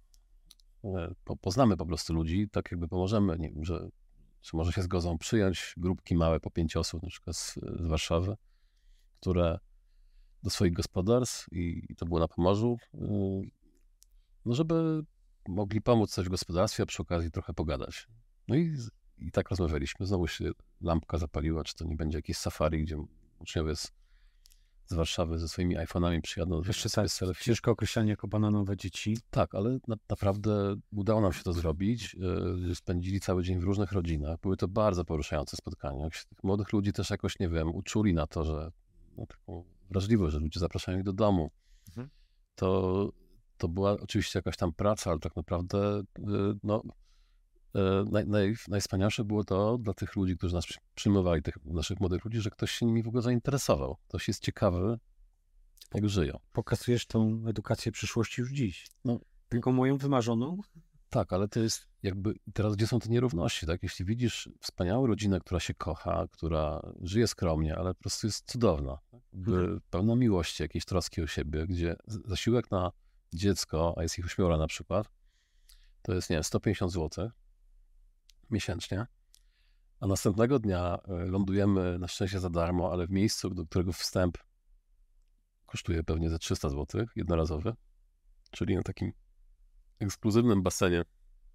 C: e, po, poznamy po prostu ludzi, tak jakby pomożemy, nie wiem, że czy może się zgodzą przyjąć grupki małe po pięć osób, na przykład z, z Warszawy, które do swoich gospodarstw, i, i to było na Pomorzu, yy, no żeby mogli pomóc coś w gospodarstwie, a przy okazji trochę pogadać. No i, i tak rozmawialiśmy. Znowu się lampka zapaliła, czy to nie będzie jakieś safari, gdzie uczniowie z, z Warszawy ze swoimi iPhone'ami przyjadą.
B: Jeszcze tak, ciężko określenie jako bananowe dzieci.
C: Tak, ale na, naprawdę udało nam się to zrobić. Yy, spędzili cały dzień w różnych rodzinach. Były to bardzo poruszające spotkania. Jak się tych młodych ludzi też jakoś, nie wiem, uczuli na to, że no, taką wrażliwość, że ludzie zapraszają ich do domu. Mhm. To, to była oczywiście jakaś tam praca, ale tak naprawdę yy, no, yy, naj, naj, najwspanialsze było to dla tych ludzi, którzy nas przyjmowali, tych naszych młodych ludzi, że ktoś się nimi w ogóle zainteresował. Ktoś jest ciekawy, jak żyją.
B: Pokazujesz tą edukację przyszłości już dziś. No, tylko moją wymarzoną.
C: Tak, ale to jest jakby, teraz gdzie są te nierówności, tak? Jeśli widzisz wspaniałą rodzinę, która się kocha, która żyje skromnie, ale po prostu jest cudowna, hmm. pełna miłości, jakiejś troski o siebie, gdzie zasiłek na dziecko, a jest ich ośmioro na przykład, to jest, nie wiem, sto pięćdziesiąt złotych miesięcznie, a następnego dnia lądujemy na szczęście za darmo, ale w miejscu, do którego wstęp kosztuje pewnie ze trzysta złotych, jednorazowy, czyli na takim ekskluzywnym basenie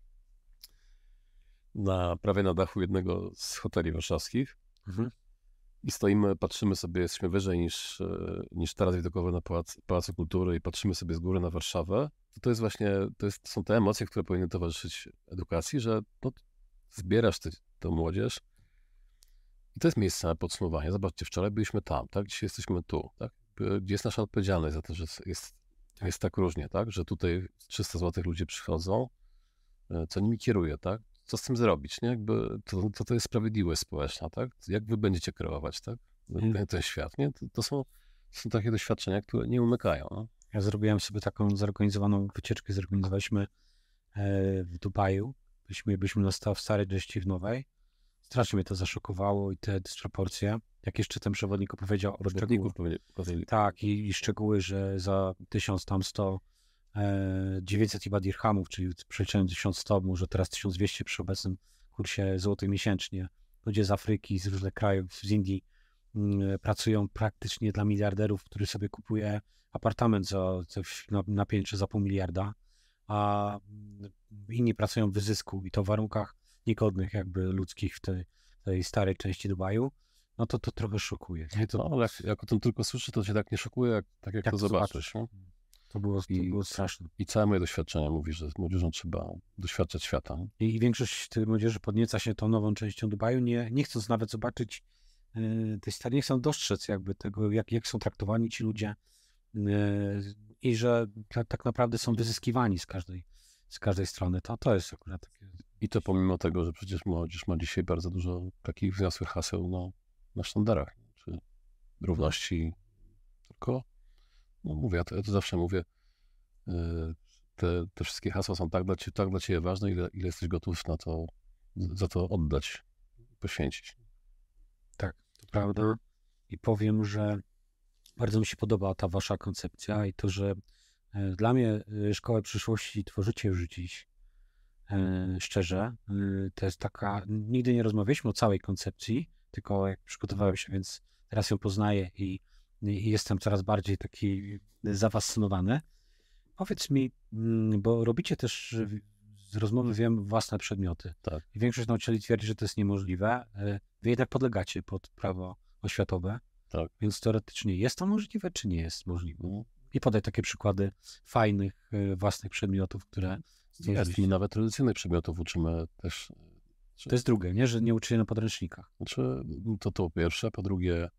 C: na, prawie na dachu jednego z hoteli warszawskich. Mhm. I stoimy, patrzymy sobie, jesteśmy wyżej niż, niż teraz widokowo na Pałac, Pałacu Kultury i patrzymy sobie z góry na Warszawę. To, to jest właśnie, to, jest, to są te emocje, które powinny towarzyszyć edukacji, że no, zbierasz ty, tę młodzież i to jest miejsce na podsumowanie. Zobaczcie, wczoraj byliśmy tam, tak? Dzisiaj jesteśmy tu, tak? Gdzie jest nasza odpowiedzialność za to, że jest, jest tak różnie, tak? Że tutaj trzysta złotych ludzie przychodzą, co nimi kieruje, tak? Co z tym zrobić, nie? Jakby to, to, to jest sprawiedliwość społeczna, tak? Jak wy będziecie kierować, tak? Ten, ten świat, nie? To, to, są, to są takie doświadczenia, które nie umykają. No?
B: Ja zrobiłem sobie taką zorganizowaną wycieczkę, zorganizowaliśmy w Dubaju. Byliśmy, byliśmy na w Starej Dości w Nowej. strasznie mnie to zaszokowało i te dysproporcje. Jak jeszcze ten przewodnik opowiedział o szczegółach. Tak, i, i szczegóły, że za tysiąc tam sto, e, dziewięćset chyba dirhamów, czyli w przeliczeniu tysiąc sto, może teraz tysiąc dwieście przy obecnym kursie złotych miesięcznie. Ludzie z Afryki, z różnych krajów, z Indii m, pracują praktycznie dla miliarderów, który sobie kupuje apartament za, za, na, na pięć czy za pół miliarda, a inni pracują w wyzysku i to w warunkach niegodnych jakby ludzkich w tej, tej starej części Dubaju, no to to trochę szokuje. Nie? To,
C: no, ale jak, jak o tym tylko słyszę, to się tak nie szokuje, jak, tak jak, jak to, to zobaczysz. No?
B: To, było, to
C: I,
B: było straszne.
C: I całe moje doświadczenie mówi, że z młodzieżą trzeba doświadczać świata.
B: I, i większość tej młodzieży podnieca się tą nową częścią Dubaju, nie, nie chcąc nawet zobaczyć yy, tej starej, nie chcą dostrzec jakby tego, jak, jak są traktowani ci ludzie yy, i że ta, tak naprawdę są wyzyskiwani z każdej, z każdej strony. To, to jest akurat takie...
C: I to pomimo tego, że przecież młodzież ma dzisiaj bardzo dużo takich wniosłych haseł na, na sztandarach, czy równości, tylko, no mówię, ja to, ja to zawsze mówię, yy, te, te wszystkie hasła są tak dla, ciebie, tak dla Ciebie ważne, ile, ile jesteś gotów na to, za to oddać, poświęcić.
B: Tak, to prawda. I powiem, że bardzo mi się podoba ta Wasza koncepcja i to, że yy, dla mnie yy, szkołę przyszłości tworzycie już dziś. Szczerze, to jest taka, nigdy nie rozmawialiśmy o całej koncepcji, tylko jak przygotowałem się, więc teraz ją poznaję i, i jestem coraz bardziej taki zafascynowany. Powiedz mi, bo robicie też, z rozmowy wiem, własne przedmioty.
C: Tak.
B: I większość nauczycieli twierdzi, że to jest niemożliwe. Wy jednak podlegacie pod prawo oświatowe,
C: tak.
B: Więc teoretycznie jest to możliwe, czy nie jest możliwe? I podaj takie przykłady fajnych, własnych przedmiotów, które
C: jest. My nawet tradycyjnych przedmiotów uczymy też.
B: To jest drugie, nie? Że nie uczymy na podręcznikach.
C: Znaczy, to to po pierwsze. Po drugie,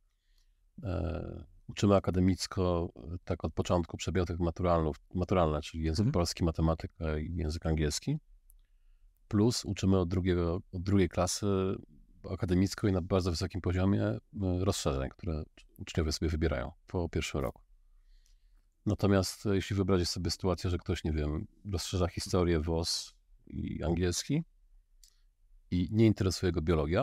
C: e, uczymy akademicko tak od początku przedmiotów maturalne, czyli język mhm. polski, matematyka i język angielski. Plus uczymy od, drugiego, od drugiej klasy akademicko i na bardzo wysokim poziomie rozszerzeń, które uczniowie sobie wybierają po pierwszym roku. Natomiast jeśli wyobrazić sobie sytuację, że ktoś, nie wiem, rozszerza historię, W O S i angielski i nie interesuje go biologia,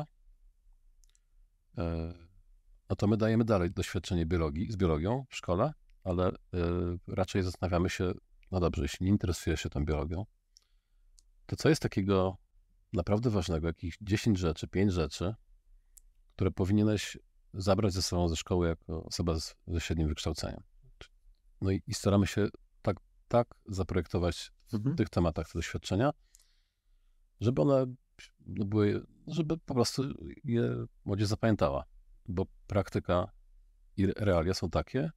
C: no to my dajemy dalej doświadczenie biologii, z biologią w szkole, ale raczej zastanawiamy się, no dobrze, jeśli nie interesuje się tą biologią, to co jest takiego naprawdę ważnego, jakichś dziesięć rzeczy, pięć rzeczy, które powinieneś zabrać ze sobą ze szkoły jako osoba z, ze średnim wykształceniem. No i, i staramy się tak, tak zaprojektować w mhm. tych tematach te doświadczenia, żeby one były, żeby po prostu je młodzież zapamiętała. Bo praktyka i realia są takie,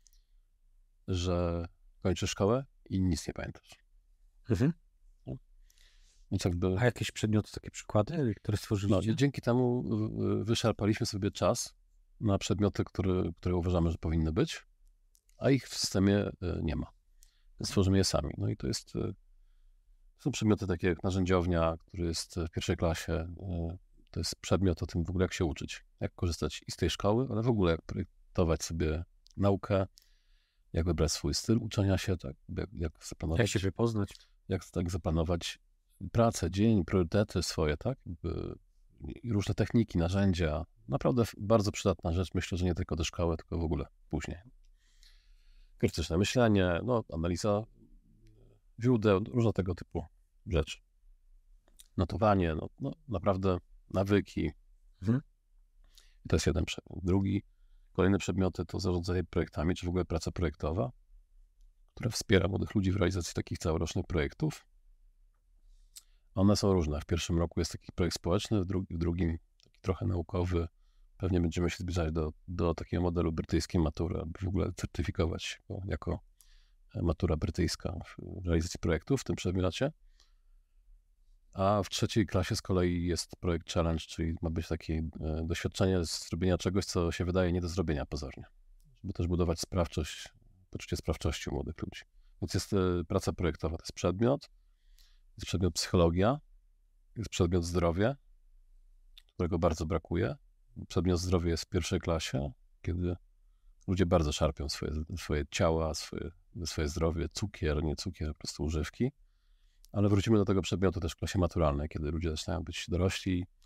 C: że kończysz szkołę i nic nie pamiętasz.
B: Mhm.
C: No. Więc jakby...
B: A jakieś przedmioty, takie przykłady, które stworzyliście?
C: No, dzięki temu wyszarpaliśmy sobie czas na przedmioty, które, które uważamy, że powinny być, a ich w systemie nie ma. Stworzymy je sami. No i to jest, są przedmioty takie jak narzędziownia, który jest w pierwszej klasie. To jest przedmiot o tym w ogóle, jak się uczyć, jak korzystać i z tej szkoły, ale w ogóle jak projektować sobie naukę, jak wybrać swój styl uczenia się, tak, jak, jak zaplanować.
B: Jak siebie poznać.
C: Jak tak zaplanować pracę, dzień, priorytety swoje, tak, i różne techniki, narzędzia. Naprawdę bardzo przydatna rzecz. Myślę, że nie tylko do szkoły, tylko w ogóle później. Krytyczne myślenie, no, analiza źródeł, różne tego typu rzeczy. Notowanie, no, no naprawdę nawyki. Mhm. I to jest jeden przedmiot. Drugi, kolejne przedmioty to zarządzanie projektami, czy w ogóle praca projektowa, która wspiera młodych ludzi w realizacji takich całorocznych projektów. One są różne. W pierwszym roku jest taki projekt społeczny, w, dru- w drugim taki trochę naukowy. Pewnie będziemy się zbliżać do, do takiego modelu brytyjskiej matury, aby w ogóle certyfikować go jako matura brytyjska w realizacji projektów w tym przedmiocie. A w trzeciej klasie z kolei jest projekt challenge, czyli ma być takie doświadczenie z zrobienia czegoś, co się wydaje nie do zrobienia pozornie. Żeby też budować sprawczość, poczucie sprawczości u młodych ludzi. Więc jest praca projektowa, to jest przedmiot, jest przedmiot psychologia, jest przedmiot zdrowie, którego bardzo brakuje. Przedmiot zdrowie jest w pierwszej klasie, kiedy ludzie bardzo szarpią swoje, swoje ciała, swoje, swoje zdrowie, cukier, nie cukier, po prostu używki. Ale wrócimy do tego przedmiotu też w klasie maturalnej, kiedy ludzie zaczynają być dorośli,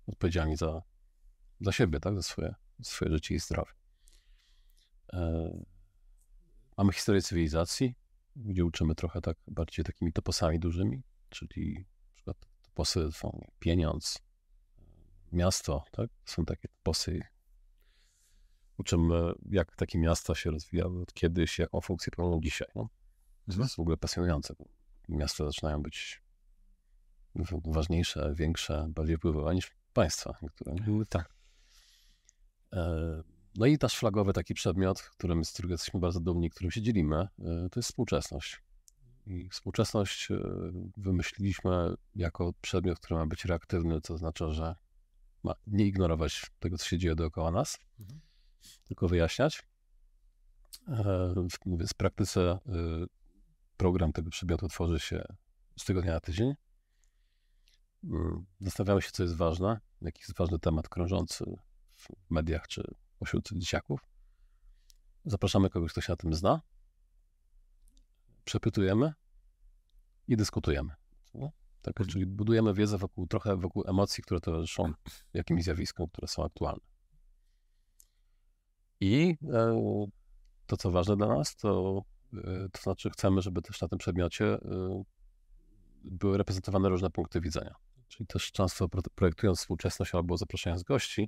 C: odpowiedzialni za, za siebie, tak? Za swoje, za swoje życie i zdrowie. E, mamy historię cywilizacji, gdzie uczymy trochę tak bardziej takimi toposami dużymi, czyli na przykład toposy są pieniądz, miasto, tak? Są takie toposy. Uczymy, jak takie miasta się rozwijały od kiedyś, jaką funkcję pełnią dzisiaj. No? To mhm. jest w ogóle pasjonujące. Miasta zaczynają być ważniejsze, większe, bardziej wpływowe niż państwa niektóre. Nie?
B: Tak.
C: E, no i nasz flagowy taki przedmiot, którym, z którego jesteśmy bardzo dumni, którym się dzielimy, e, to jest współczesność. I współczesność e, wymyśliliśmy jako przedmiot, który ma być reaktywny, co oznacza, że ma nie ignorować tego, co się dzieje dookoła nas, mhm. tylko wyjaśniać. W, w praktyce program tego przedmiotu tworzy się z tygodnia na tydzień. Zastanawiamy się, co jest ważne, jaki jest ważny temat krążący w mediach czy pośród dzieciaków. Zapraszamy kogoś, kto się na tym zna. Przepytujemy i dyskutujemy. No? Tak, mhm. Czyli budujemy wiedzę wokół, trochę wokół emocji, które towarzyszą jakimś zjawiskom, które są aktualne. I e, to, co ważne dla nas, to, e, to znaczy chcemy, żeby też na tym przedmiocie e, były reprezentowane różne punkty widzenia. Czyli też często projektując współczesność albo zapraszając gości,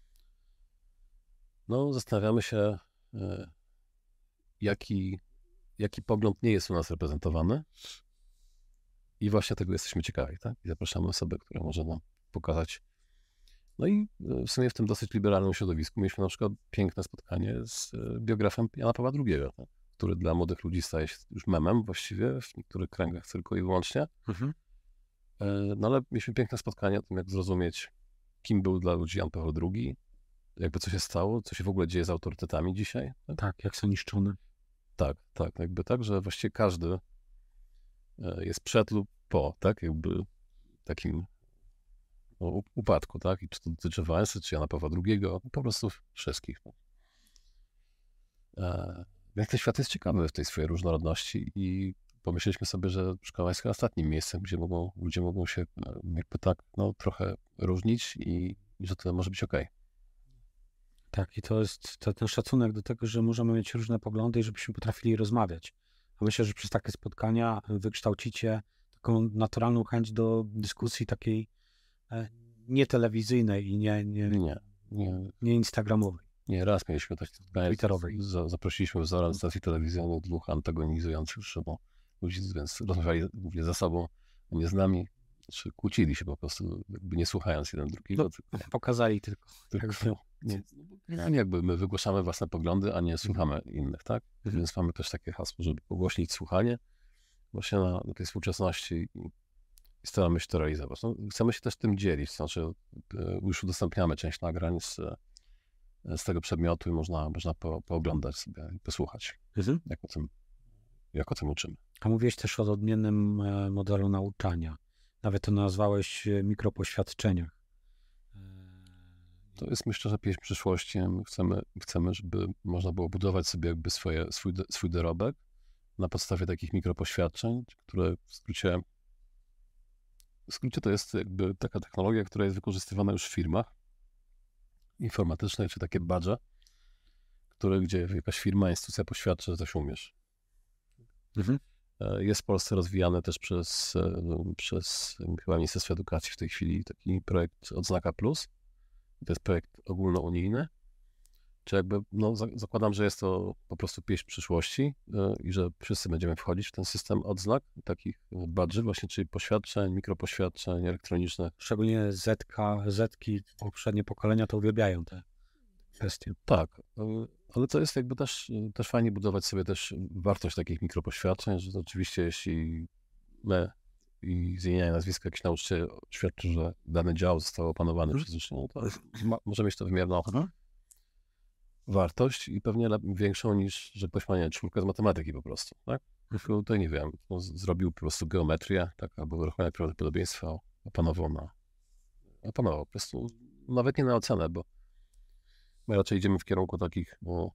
C: no zastanawiamy się, e, jaki, jaki pogląd nie jest u nas reprezentowany. I właśnie tego jesteśmy ciekawi, tak? I zapraszamy osoby, które może nam pokazać. No i w sumie w tym dosyć liberalnym środowisku mieliśmy na przykład piękne spotkanie z biografem Jana Pawła drugiego, tak? Który dla młodych ludzi staje się już memem właściwie, w niektórych kręgach tylko i wyłącznie. Mhm. No ale mieliśmy piękne spotkanie o tym, jak zrozumieć, kim był dla ludzi Jan Paweł drugi, jakby co się stało, co się w ogóle dzieje z autorytetami dzisiaj.
B: Tak, tak jak są niszczone.
C: Tak, tak, jakby tak, że właściwie każdy jest przed lub po, tak, jakby takim no, upadku, tak, i czy to dotyczy Wałęsy, czy Jana Pawła drugiego, po prostu wszystkich. No. E, więc ten świat jest ciekawy w tej swojej różnorodności i pomyśleliśmy sobie, że szkoła jest chyba ostatnim miejscem, gdzie mogą, ludzie mogą się jakby tak, no, trochę różnić i, i że to może być okej. Okay.
B: Tak, i to jest to, ten szacunek do tego, że możemy mieć różne poglądy i żebyśmy potrafili rozmawiać. A myślę, że przez takie spotkania wykształcicie taką naturalną chęć do dyskusji takiej nie telewizyjnej i nie, nie,
C: nie, nie.
B: nie instagramowej.
C: Nie, raz mieliśmy takie spotkanie twitterowej. Zaprosiliśmy wzorem stacji telewizyjnej dwóch antagonizujących sobą ludzi, więc rozmawiali głównie ze sobą, a nie z nami. Czy kłócili się po prostu, jakby nie słuchając jeden drugiego.
B: No, tylko, pokazali tylko.
C: tylko nie, nie, jakby my wygłaszamy własne poglądy, a nie słuchamy mhm. innych, tak? Mhm. Więc mamy też takie hasło, żeby pogłośnić słuchanie właśnie na, na tej współczesności i, i staramy się to realizować. No, chcemy się też tym dzielić, znaczy już udostępniamy część nagrań z, z tego przedmiotu i można, można po, pooglądać sobie i posłuchać, mhm. jak, o tym, jak o tym uczymy.
B: A mówiłeś też o odmiennym modelu nauczania. Nawet to nazwałeś mikropoświadczeniach.
C: To jest, myślę, że pieśń przyszłości. Chcemy, chcemy, żeby można było budować sobie jakby swoje, swój, swój dorobek na podstawie takich mikropoświadczeń, które w skrócie, w skrócie to jest jakby taka technologia, która jest wykorzystywana już w firmach informatycznych, czy takie badże, które, gdzie jakaś firma, instytucja poświadcza, że coś umiesz. Mhm. Jest w Polsce rozwijany też przez, przez chyba Ministerstwo Edukacji w tej chwili taki projekt Odznaka Plus. To jest projekt ogólnounijny. Czy jakby, no zakładam, że jest to po prostu pieśń przyszłości i że wszyscy będziemy wchodzić w ten system odznak, takich badży właśnie, czyli poświadczeń, mikropoświadczeń elektronicznych.
B: Szczególnie Zetka, Zetki, poprzednie pokolenia to uwielbiają te kwestie.
C: Tak, ale to jest jakby też, też fajnie budować sobie też wartość takich mikropoświadczeń, że oczywiście jeśli my i z imienia i nazwiska jakiś nauczyciel świadczy, że dany dział został opanowany hmm. przez uczniów, to ma, może mieć to wymierną hmm. wartość i pewnie większą niż, że ktoś ma nie, czwórkę z matematyki po prostu, tak? Tylko tutaj nie wiem, no, zrobił po prostu geometrię, tak, albo wyrachowanie prawdopodobieństwa, opanował na, opanował po prostu, nawet nie na ocenę, bo my raczej idziemy w kierunku takich, no,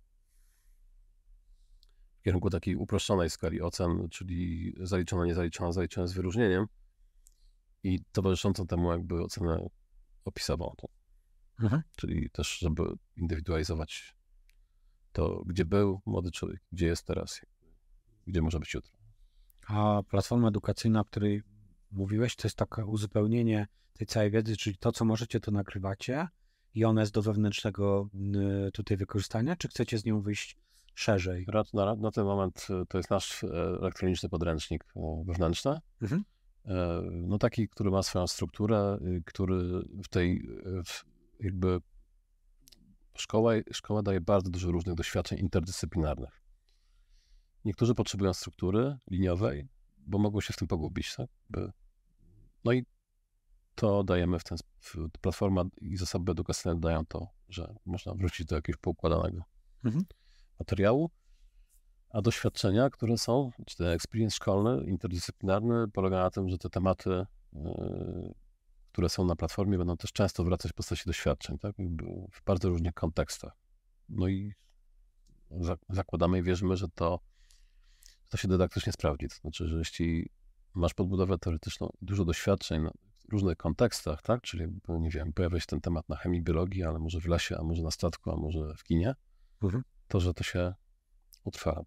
C: w kierunku takiej uproszczonej skali ocen, czyli zaliczona, niezaliczona, zaliczona z wyróżnieniem i towarzyszącą temu jakby ocenę opisową. To.
B: Mhm.
C: Czyli też, żeby indywidualizować to, gdzie był młody człowiek, gdzie jest teraz, gdzie może być jutro.
B: A platforma edukacyjna, o której mówiłeś, to jest takie uzupełnienie tej całej wiedzy, czyli to, co możecie, to nagrywacie i ona jest do wewnętrznego y, tutaj wykorzystania, czy chcecie z nią wyjść szerzej?
C: Na, na ten moment to jest nasz elektroniczny podręcznik wewnętrzny.
B: Mhm.
C: No taki, który ma swoją strukturę, który w tej w jakby szkoła, szkoła daje bardzo dużo różnych doświadczeń interdyscyplinarnych. Niektórzy potrzebują struktury liniowej, bo mogą się w tym pogubić. Tak? No i to dajemy w ten sposób. Platforma i zasoby edukacyjne dają to, że można wrócić do jakiegoś poukładanego
B: Mhm.
C: materiału, a doświadczenia, które są, czy ten experience szkolny, interdyscyplinarny, polega na tym, że te tematy, yy, które są na platformie, będą też często wracać w postaci doświadczeń, tak? W bardzo różnych kontekstach. No i zakładamy i wierzymy, że to, to się dydaktycznie sprawdzi. To znaczy, że jeśli masz podbudowę teoretyczną, dużo doświadczeń w różnych kontekstach, tak? Czyli, nie wiem, pojawia się ten temat na chemii, biologii, ale może w lesie, a może na statku, a może w kinie,
B: Mhm.
C: to, że to się utrwala.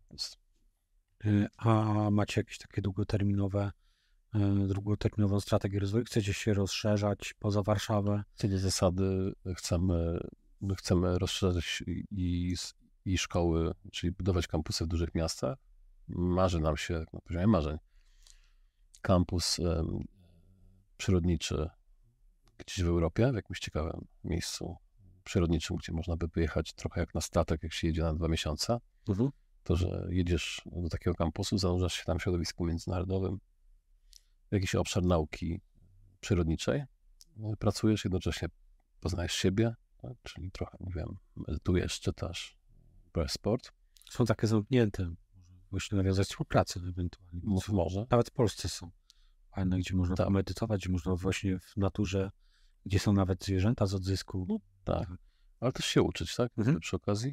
B: A macie jakieś takie długoterminowe, długoterminową strategię rozwoju? Chcecie się rozszerzać poza Warszawę?
C: Co do zasady chcemy, my chcemy rozszerzać i, i szkoły, czyli budować kampusy w dużych miastach. Marzy nam się, na poziomie marzeń, kampus um, przyrodniczy gdzieś w Europie, w jakimś ciekawym miejscu przyrodniczym, gdzie można by wyjechać trochę jak na statek, jak się jedzie na dwa miesiące.
B: Mhm.
C: To, że jedziesz do takiego kampusu, zanurzasz się tam w środowisku międzynarodowym, w jakiś obszar nauki przyrodniczej, pracujesz, jednocześnie poznajesz siebie, tak? Czyli trochę, nie wiem, medytujesz, czytasz, uprawiasz sport.
B: Są takie zamknięte. Można nawiązać współpracę ewentualnie.
C: Może.
B: Nawet w Polsce są fajne, gdzie można
C: tak.
B: medytować, gdzie można właśnie w naturze, gdzie są nawet zwierzęta z odzysku.
C: No, tak, ale też się uczyć, tak? Mhm. Przy okazji.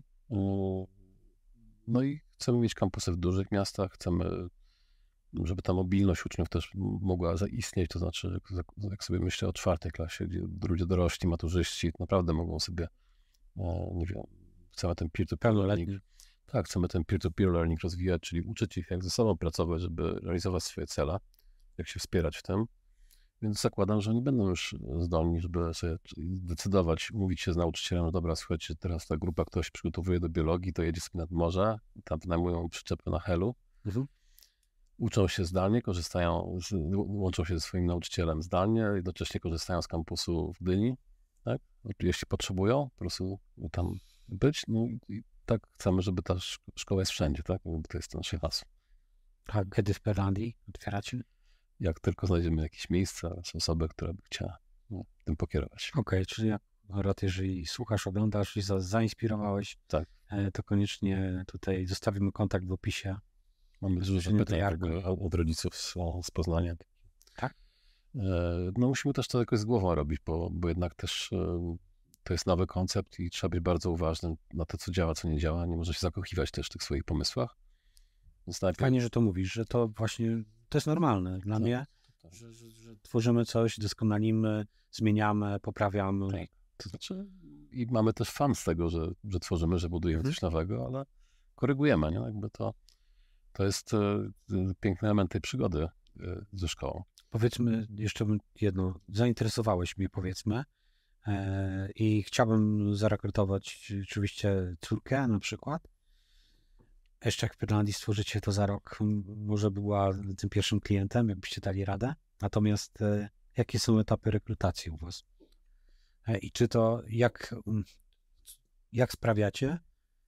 C: No i chcemy mieć kampusy w dużych miastach, chcemy, żeby ta mobilność uczniów też mogła zaistnieć, to znaczy, jak sobie myślę o czwartej klasie, gdzie ludzie dorośli, maturzyści naprawdę mogą sobie, nie wiem, chcemy ten peer-to-peer learning, tak, chcemy ten peer-to-peer learning rozwijać, czyli uczyć ich, jak ze sobą pracować, żeby realizować swoje cele, jak się wspierać w tym. Więc zakładam, że oni będą już zdolni, żeby sobie decydować, mówić się z nauczycielem, że dobra, słuchajcie, teraz ta grupa, która się przygotowuje do biologii, to jedzie sobie nad morze, tam wynajmują przyczepę na helu, mhm. uczą się zdalnie, korzystają, z, łączą się ze swoim nauczycielem zdalnie, jednocześnie korzystają z kampusu w Gdyni, tak? Jeśli potrzebują, po prostu tam być, no i tak chcemy, żeby ta szkoła jest wszędzie, tak? To jest nasze hasło.
B: A kiedy w Perlandii otwieracie?
C: Jak tylko znajdziemy jakieś miejsce, osobę, która by chciała no, tym pokierować.
B: Okej, okay, czyli akurat jeżeli słuchasz, oglądasz i za, zainspirowałeś,
C: tak.
B: to koniecznie tutaj zostawimy kontakt w opisie.
C: Mamy dużo pytań od rodziców z, z Poznania.
B: Tak?
C: No musimy też to jakoś z głową robić, bo, bo jednak też to jest nowy koncept i trzeba być bardzo uważnym na to, co działa, co nie działa. Nie może się zakochiwać też w tych swoich pomysłach.
B: Najpierw... Fajnie, że to mówisz, że to właśnie to jest normalne dla tak, mnie, tak. Że, że, że tworzymy coś, doskonalimy, zmieniamy, poprawiamy.
C: Tak. To znaczy, i mamy też fan z tego, że, że tworzymy, że budujemy hmm. coś nowego, ale korygujemy, nie? Jakby to, to jest e, piękny element tej przygody e, ze szkołą.
B: Powiedzmy jeszcze jedno, zainteresowałeś mnie, powiedzmy, e, i chciałbym zarekrutować oczywiście córkę na przykład. Jeszcze jak w Perlandii stworzycie to za rok, może była tym pierwszym klientem, jakbyście dali radę. Natomiast e, jakie są etapy rekrutacji u was? E, I czy to, jak, jak sprawiacie,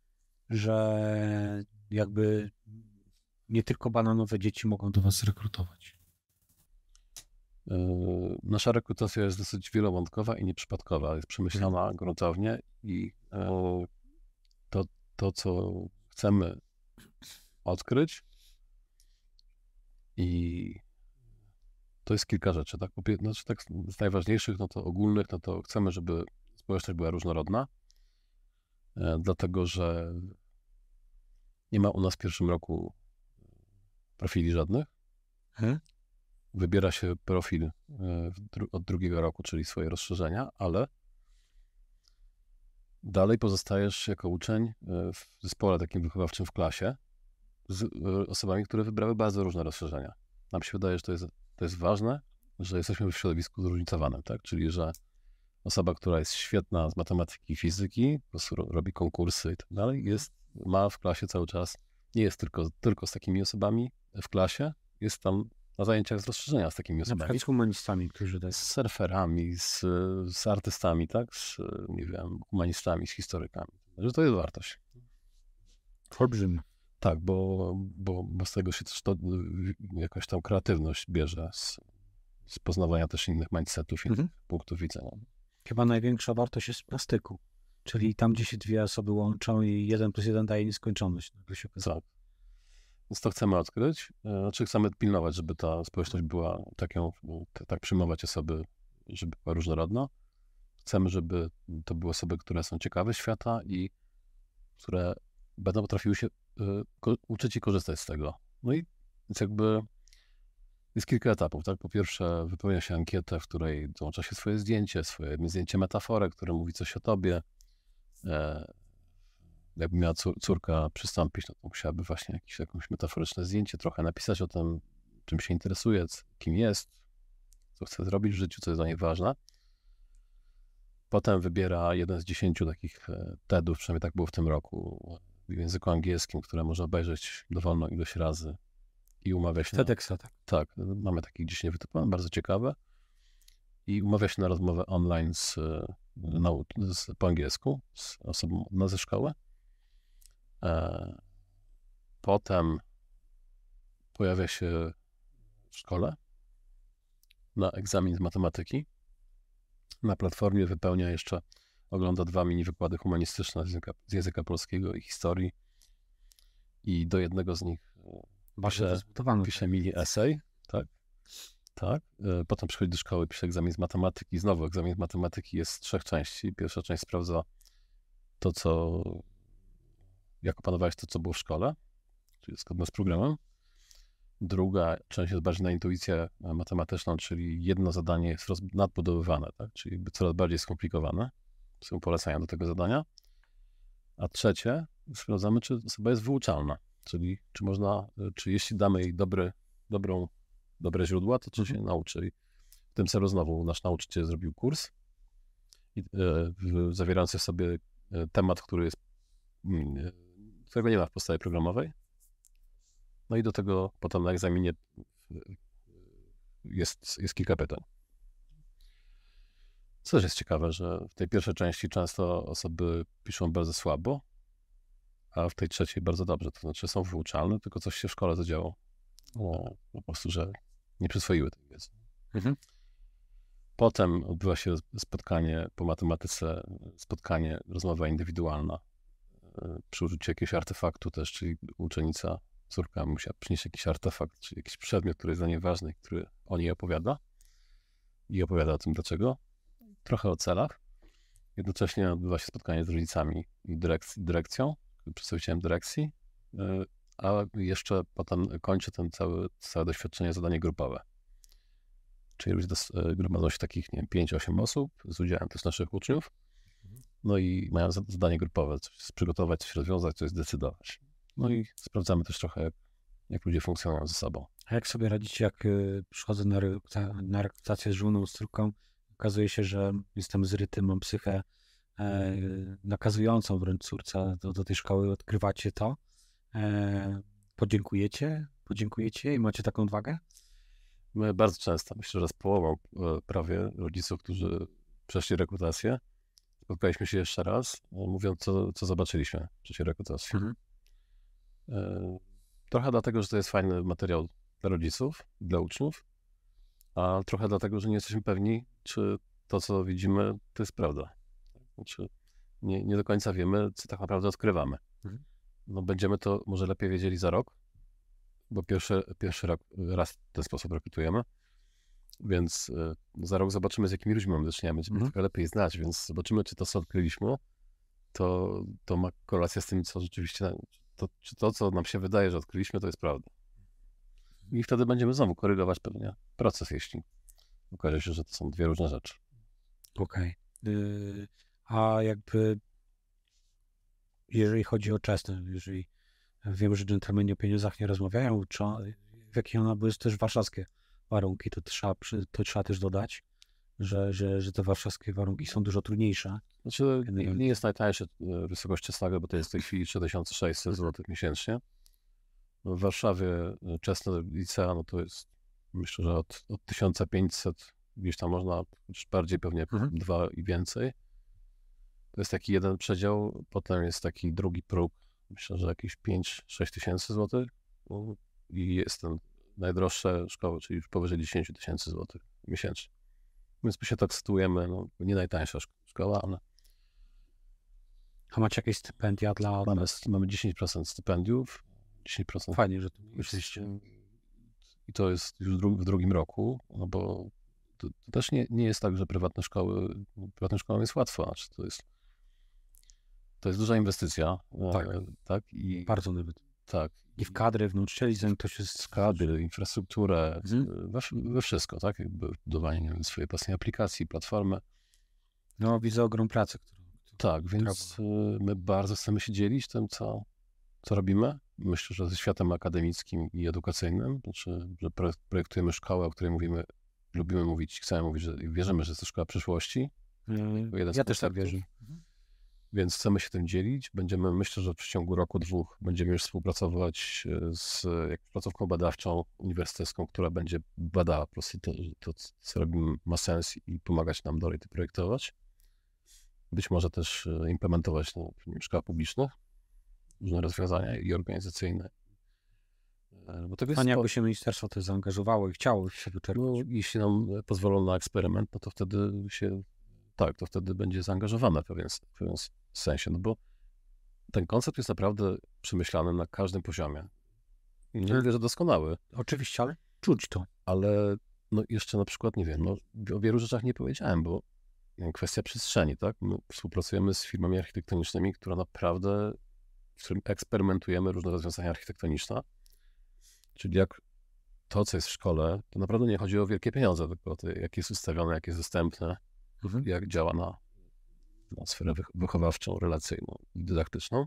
B: że jakby nie tylko bananowe dzieci mogą do was rekrutować?
C: Yy, nasza rekrutacja jest dosyć wielowątkowa i nieprzypadkowa. Jest przemyślana hmm. gruntownie i yy, to, to, co chcemy odkryć i to jest kilka rzeczy, tak? Znaczy, tak z najważniejszych, no to ogólnych, no to chcemy, żeby społeczność była różnorodna, e, dlatego, że nie ma u nas w pierwszym roku profili żadnych. Hmm? wybiera się profil e, w dru- od drugiego roku, czyli swoje rozszerzenia, ale dalej pozostajesz jako uczeń e, w zespole takim wychowawczym w klasie z e, osobami, które wybrały bardzo różne rozszerzenia. Nam się wydaje, że to jest, to jest ważne, że jesteśmy w środowisku zróżnicowanym, tak? Czyli że osoba, która jest świetna z matematyki i fizyki, po prostu ro- robi konkursy i tak dalej, jest, ma w klasie cały czas, nie jest tylko, tylko z takimi osobami w klasie, jest tam na zajęciach z rozszerzenia z takimi
B: Na
C: osobami.
B: przykład z humanistami, którzy tak...
C: Z surferami, z, z artystami, tak? Z, nie wiem, humanistami, z historykami. Że to jest wartość.
B: Olbrzymie.
C: Tak, bo, bo, bo z tego się też to, y, jakaś tam kreatywność bierze z, z poznawania też innych mindsetów, innych
B: Mhm.
C: punktów widzenia.
B: Chyba największa wartość jest w plastyku. Czyli tam, gdzie się dwie osoby łączą i jeden plus jeden daje nieskończoność. Nagle się okazuje.
C: Tak. Więc to chcemy odkryć. E, Znaczy chcemy pilnować, żeby ta społeczność była taką, t- tak przyjmować osoby, żeby była różnorodna. Chcemy, żeby to były osoby, które są ciekawe świata i które będą potrafiły się e, ko- uczyć i korzystać z tego. No i więc jakby jest kilka etapów, tak? Po pierwsze wypełnia się ankietę, w której dołącza się swoje zdjęcie, swoje zdjęcie metaforę, które mówi coś o tobie. E, Jakby miała cór- córka przystąpić, no to musiałaby właśnie jakieś, jakieś metaforyczne zdjęcie, trochę napisać o tym, czym się interesuje, c- kim jest, co chce zrobić w życiu, co jest dla niej ważne. Potem wybiera jeden z dziesięciu takich e, TEDów, przynajmniej tak było w tym roku, w języku angielskim, które można obejrzeć dowolną ilość razy i umawia się na...
B: TEDxa, tak.
C: Tak, mamy takich gdzieś niewytypowane, bardzo ciekawe. I umawia się na rozmowę online z, e, nau- z, po angielsku z osobą na ze szkoły. E, Potem pojawia się w szkole na egzamin z matematyki. Na platformie wypełnia jeszcze, ogląda dwa mini wykłady humanistyczne z języka, z języka polskiego i historii. I do jednego z nich e,
B: Bardzo
C: pisze,
B: rozbudowane.
C: pisze mini esej, tak? Tak. E, Potem przychodzi do szkoły, pisze egzamin z matematyki. Znowu egzamin z matematyki jest z trzech części. Pierwsza część sprawdza to, co jak opanowałeś to, co było w szkole, czyli zgodne z programem. Druga część jest bardziej na intuicję matematyczną, czyli jedno zadanie jest roz- nadbudowywane, tak? Czyli jakby coraz bardziej skomplikowane. Są polecenia do tego zadania. A trzecie, sprawdzamy, czy osoba jest wyuczalna, czyli czy można, czy jeśli damy jej dobry, dobrą, dobre źródła, to czy
B: Mhm.
C: się nauczy. I w tym celu znowu nasz nauczyciel zrobił kurs i, e, w- zawierający w sobie e, temat, który jest mm, e, którego nie ma w podstawie programowej. No i do tego potem na egzaminie jest, jest kilka pytań. Co też jest ciekawe, że w tej pierwszej części często osoby piszą bardzo słabo, a w tej trzeciej bardzo dobrze. To znaczy są wyuczalne, tylko coś się w szkole zadziało. No, po prostu, że nie przyswoiły tej wiedzy.
B: Mhm.
C: Potem odbywa się spotkanie po matematyce, spotkanie, rozmowa indywidualna przy użyciu jakiegoś artefaktu też, czyli uczennica, córka musiała przynieść jakiś artefakt, czyli jakiś przedmiot, który jest dla niej ważny, który o niej opowiada i opowiada o tym dlaczego. Trochę o celach. Jednocześnie odbywa się spotkanie z rodzicami i dyrek- dyrekcją, przedstawicielem dyrekcji, yy, a jeszcze potem kończy ten cały, całe doświadczenie zadanie grupowe. Czyli ludzie dos- yy, gromadzą się takich, nie wiem, pięć osiem osób z udziałem też naszych uczniów. No i mają za- zadanie grupowe, coś przygotować, coś rozwiązać, coś zdecydować. No i sprawdzamy też trochę, jak, jak ludzie funkcjonują ze sobą.
B: A jak sobie radzicie, jak y, przychodzę na, rekrutac- na rekrutację z żoną, z córką, okazuje się, że jestem zryty, mam psychę e, nakazującą wręcz córce do, do tej szkoły, odkrywacie to, e, podziękujecie, podziękujecie i macie taką odwagę?
C: My bardzo często, myślę, że z połową e, prawie rodziców, którzy przeszli rekrutację, spotkaliśmy się jeszcze raz, e, mówiąc, co, co zobaczyliśmy w czasie rekrutacji.
B: Mhm.
C: E, Trochę dlatego, że to jest fajny materiał dla rodziców, dla uczniów, a trochę dlatego, że nie jesteśmy pewni, czy to, co widzimy, to jest prawda. Znaczy, nie, nie do końca wiemy, co tak naprawdę odkrywamy.
B: Mhm.
C: No, będziemy to może lepiej wiedzieli za rok, bo pierwszy, pierwszy rok, raz w ten sposób rekrutujemy, więc y, za rok zobaczymy, z jakimi ludźmi mamy do czynienia, będziemy
B: Mhm.
C: trochę lepiej znać, więc zobaczymy, czy to, co odkryliśmy, to, to ma korelację z tym, co rzeczywiście, to, czy to, co nam się wydaje, że odkryliśmy, to jest prawda. I wtedy będziemy znowu korygować pewnie proces, jeśli okaże się, że to są dwie różne rzeczy.
B: Okej. Okay. A jakby jeżeli chodzi o Chestnut, jeżeli wiem, że dżentelmeni o pieniądzach nie rozmawiają, czy, w jakie one były też warszawskie warunki, to trzeba, to trzeba też dodać, że, że, że te warszawskie warunki są dużo trudniejsze.
C: Znaczy, nie, nie jest najtańsza wysokość Chestnutu, bo to jest w tej chwili trzy tysiące sześćset złotych miesięcznie. W Warszawie Chestnut licea, no to jest, myślę, że od, od tysiąc pięćset, gdzieś tam można, już bardziej pewnie mhm. dwa i więcej. To jest taki jeden przedział, potem jest taki drugi próg, myślę, że jakieś pięć sześć tysięcy złotych i jest ten najdroższe szkoły, czyli już powyżej dziesięć tysięcy złotych miesięcznie. Więc my się tak sytuujemy, no nie najtańsza szkoła, ale...
B: A macie jakieś stypendia dla...
C: Mamy, mamy dziesięć procent stypendiów. dziesięć procent.
B: Fajnie, że to jesteście.
C: I to jest już dru w drugim roku, no bo to, to też nie, nie jest tak, że prywatne szkoły, prywatnym szkołom jest łatwo, znaczy to jest to jest duża inwestycja.
B: Tak,
C: e, tak? I
B: bardzo nawet.
C: Tak.
B: I w kadry, w nauczycieli, zanim to się
C: z kadry, infrastrukturę,
B: mhm.
C: we, we wszystko, tak? Jakby budowanie nie wiem, swojej własnej aplikacji, platformy.
B: No, widzę ogrom pracy, którą...
C: Tak, więc która... my bardzo chcemy się dzielić tym, co, co robimy. Myślę, że ze światem akademickim i edukacyjnym, znaczy, że projektujemy szkołę, o której mówimy, lubimy mówić, chcemy mówić, że wierzymy, że jest to szkoła przyszłości.
B: Jeden ja też tak wierzę. Mhm.
C: Więc chcemy się tym dzielić. Będziemy, myślę, że w przeciągu roku, dwóch będziemy już współpracować z jakąś placówką badawczą uniwersytecką, która będzie badała po prostu to, to, co robimy, ma sens i pomagać nam dalej to projektować. Być może też implementować no, w szkołach publicznych różne rozwiązania i organizacyjne.
B: Bo to Fajnie, jakby się ministerstwo też zaangażowało i chciało się wyczerpać.
C: No, jeśli nam pozwolą na eksperyment, no to wtedy się, tak, to wtedy będzie zaangażowane w pewien, w pewien sensie, no bo ten koncept jest naprawdę przemyślany na każdym poziomie. Nie mówię, że doskonały.
B: Oczywiście, ale czuć to.
C: Ale no jeszcze na przykład, nie wiem, no, o wielu rzeczach nie powiedziałem, bo kwestia przestrzeni, tak? My współpracujemy z firmami architektonicznymi, które naprawdę, w którym eksperymentujemy różne rozwiązania architektoniczne. Czyli jak to, co jest w szkole, to naprawdę nie chodzi o wielkie pieniądze, tylko o to, jak jest ustawione, jak jest dostępne, mhm. jak działa na, na sferę wychowawczą, relacyjną i dydaktyczną.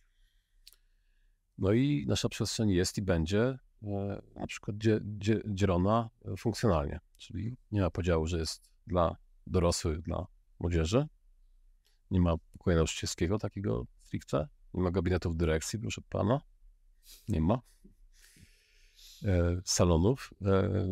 C: No i nasza przestrzeń jest i będzie e, na przykład dzie, dzie, dzielona funkcjonalnie, czyli nie ma podziału, że jest dla dorosłych, dla młodzieży, nie ma pokoju nauczycielskiego takiego stricte, nie ma gabinetów dyrekcji, proszę pana, nie ma. E, salonów, e,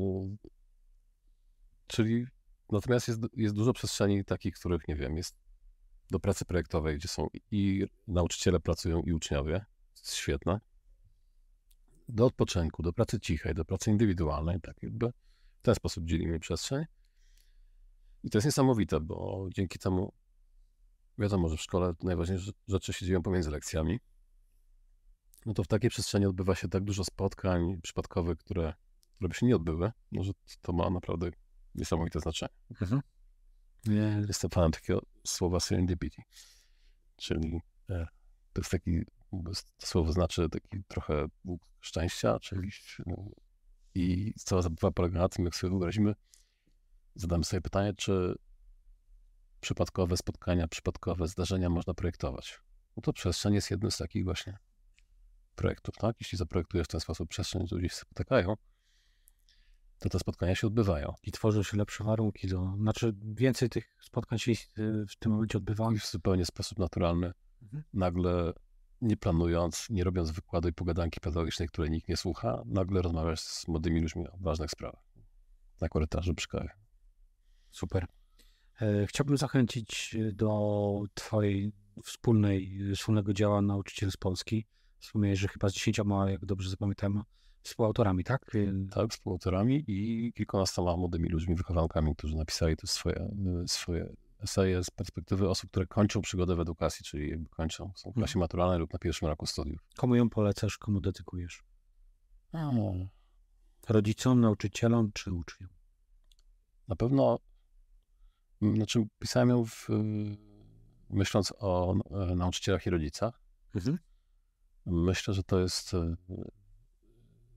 C: czyli natomiast jest, jest dużo przestrzeni takich, których nie wiem, jest do pracy projektowej, gdzie są i nauczyciele pracują i uczniowie, to jest świetne, do odpoczynku, do pracy cichej, do pracy indywidualnej, tak jakby w ten sposób dzielimy przestrzeń i to jest niesamowite, bo dzięki temu wiadomo, że w szkole najważniejsze rzeczy się dzieją pomiędzy lekcjami. No to w takiej przestrzeni odbywa się tak dużo spotkań przypadkowych, które, które by się nie odbyły, no, że to ma naprawdę niesamowite znaczenie. Mhm. Yeah. Jestem fanem takiego słowa serendipity, czyli e, to jest taki, to słowo znaczy taki trochę Bóg szczęścia, czyli no, i cała zabawa polega na tym, jak sobie wyobrazimy, zadamy sobie pytanie, czy przypadkowe spotkania, przypadkowe zdarzenia można projektować. No to przestrzeń jest jednym z takich właśnie projektów, tak? Jeśli zaprojektujesz w ten sposób przestrzeń, gdzie ludzie się spotykają, to te spotkania się odbywają.
B: I tworzą się lepsze warunki. Do, znaczy więcej tych spotkań się w tym momencie odbywa.
C: I w zupełnie sposób naturalny. Mhm. Nagle, nie planując, nie robiąc wykładu i pogadanki pedagogicznej, której nikt nie słucha, nagle rozmawiasz z młodymi ludźmi o ważnych sprawach. Na korytarzu przy kawie.
B: Super. E, chciałbym zachęcić do twojej wspólnej, wspólnego dzieła Nauczyciel z Polski. Wspomniałeś, że chyba z dziesięcioma, jak dobrze zapamiętałem, współautorami, tak?
C: Tak, współautorami i kilkunastoma młodymi ludźmi, wychowankami, którzy napisali tu swoje, swoje eseje z perspektywy osób, które kończą przygodę w edukacji, czyli jakby kończą, są w klasie maturalnej lub na pierwszym roku studiów.
B: Komu ją polecasz, komu dedykujesz?
C: Hmm.
B: Rodzicom, nauczycielom czy uczniom?
C: Na pewno, znaczy pisałem ją w, myśląc o nauczycielach i rodzicach. Mhm. Myślę, że to jest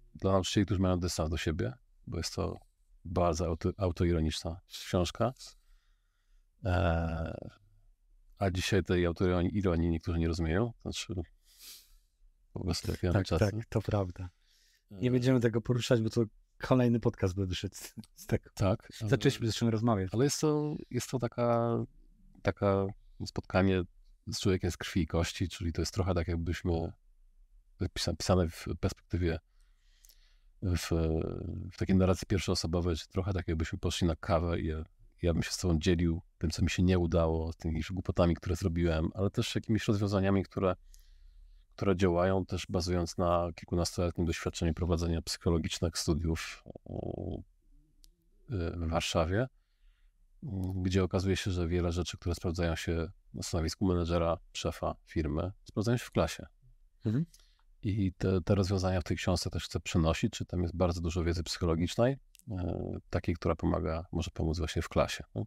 C: dla nauczycieli, którzy mają dystans do siebie, bo jest to bardzo auto, autoironiczna książka. E, a dzisiaj tej autoironii ironii niektórzy nie rozumieją. Znaczy, po prostu jak ja
B: Tak,
C: czas.
B: tak, to prawda. Nie będziemy tego poruszać, bo to kolejny podcast by wyszedł z tego.
C: Tak.
B: Zaczęliśmy zresztą rozmawiać.
C: Ale jest to, jest to taka, taka spotkanie z człowiekiem z krwi i kości, czyli to jest trochę tak, jakbyśmy pisane w perspektywie, w, w takiej narracji pierwszoosobowej, że trochę tak, jakbyśmy poszli na kawę i ja, ja bym się z tobą dzielił tym, co mi się nie udało, z tymi głupotami, które zrobiłem, ale też jakimiś rozwiązaniami, które, które działają, też bazując na kilkunastoletnim doświadczeniu prowadzenia psychologicznych studiów w Warszawie, gdzie okazuje się, że wiele rzeczy, które sprawdzają się na stanowisku menedżera, szefa firmy, sprawdzają się w klasie.
B: Mhm. I
C: te, te rozwiązania w tej książce też chcę przenosić, czy tam jest bardzo dużo wiedzy psychologicznej, e, takiej, która pomaga, może pomóc właśnie w klasie. No.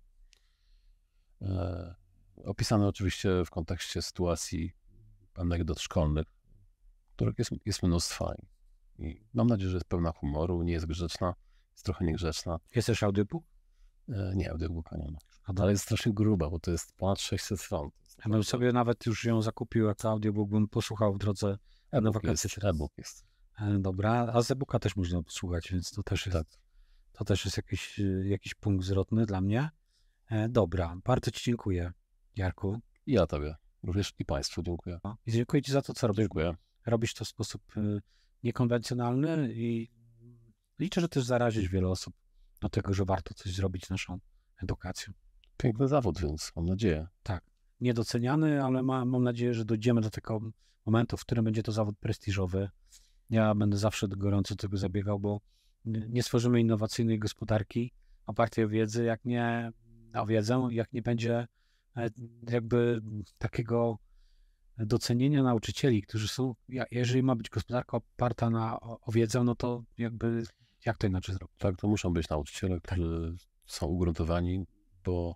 C: E, opisane oczywiście w kontekście sytuacji, anegdot szkolnych, których jest, jest mnóstwo. I mam nadzieję, że jest pełna humoru, nie jest grzeczna, jest trochę niegrzeczna.
B: Jest też audiobook?
C: E, nie, audiobooka nie ma. Ale jest strasznie gruba, bo to jest ponad sześćset stron.
B: Ja bym sobie nawet już ją zakupił jako audiobook, bym posłuchał w drodze na wakacje.
C: E-book jest.
B: Dobra, a z e-booka też można posłuchać, więc to też jest,
C: tak.
B: to też jest jakiś, jakiś punkt zwrotny dla mnie. Dobra, bardzo ci dziękuję, Jarku.
C: I ja tobie, również i państwu dziękuję.
B: I dziękuję ci za to, co robisz.
C: Dziękuję.
B: Robisz to w sposób niekonwencjonalny i liczę, że też zarazisz wiele osób do tego, że warto coś zrobić z naszą edukacją.
C: Piękny zawód, więc mam nadzieję.
B: Tak, niedoceniany, ale ma, mam nadzieję, że dojdziemy do tego momentu, w którym będzie to zawód prestiżowy. Ja będę zawsze gorąco do tego zabiegał, bo nie stworzymy innowacyjnej gospodarki opartej o wiedzę, jak nie o wiedzę, jak nie będzie jakby takiego docenienia nauczycieli, którzy są, jeżeli ma być gospodarka oparta na, o, o wiedzę, no to jakby, jak to inaczej zrobić?
C: Tak, to muszą być nauczyciele, którzy tak. są ugruntowani, bo,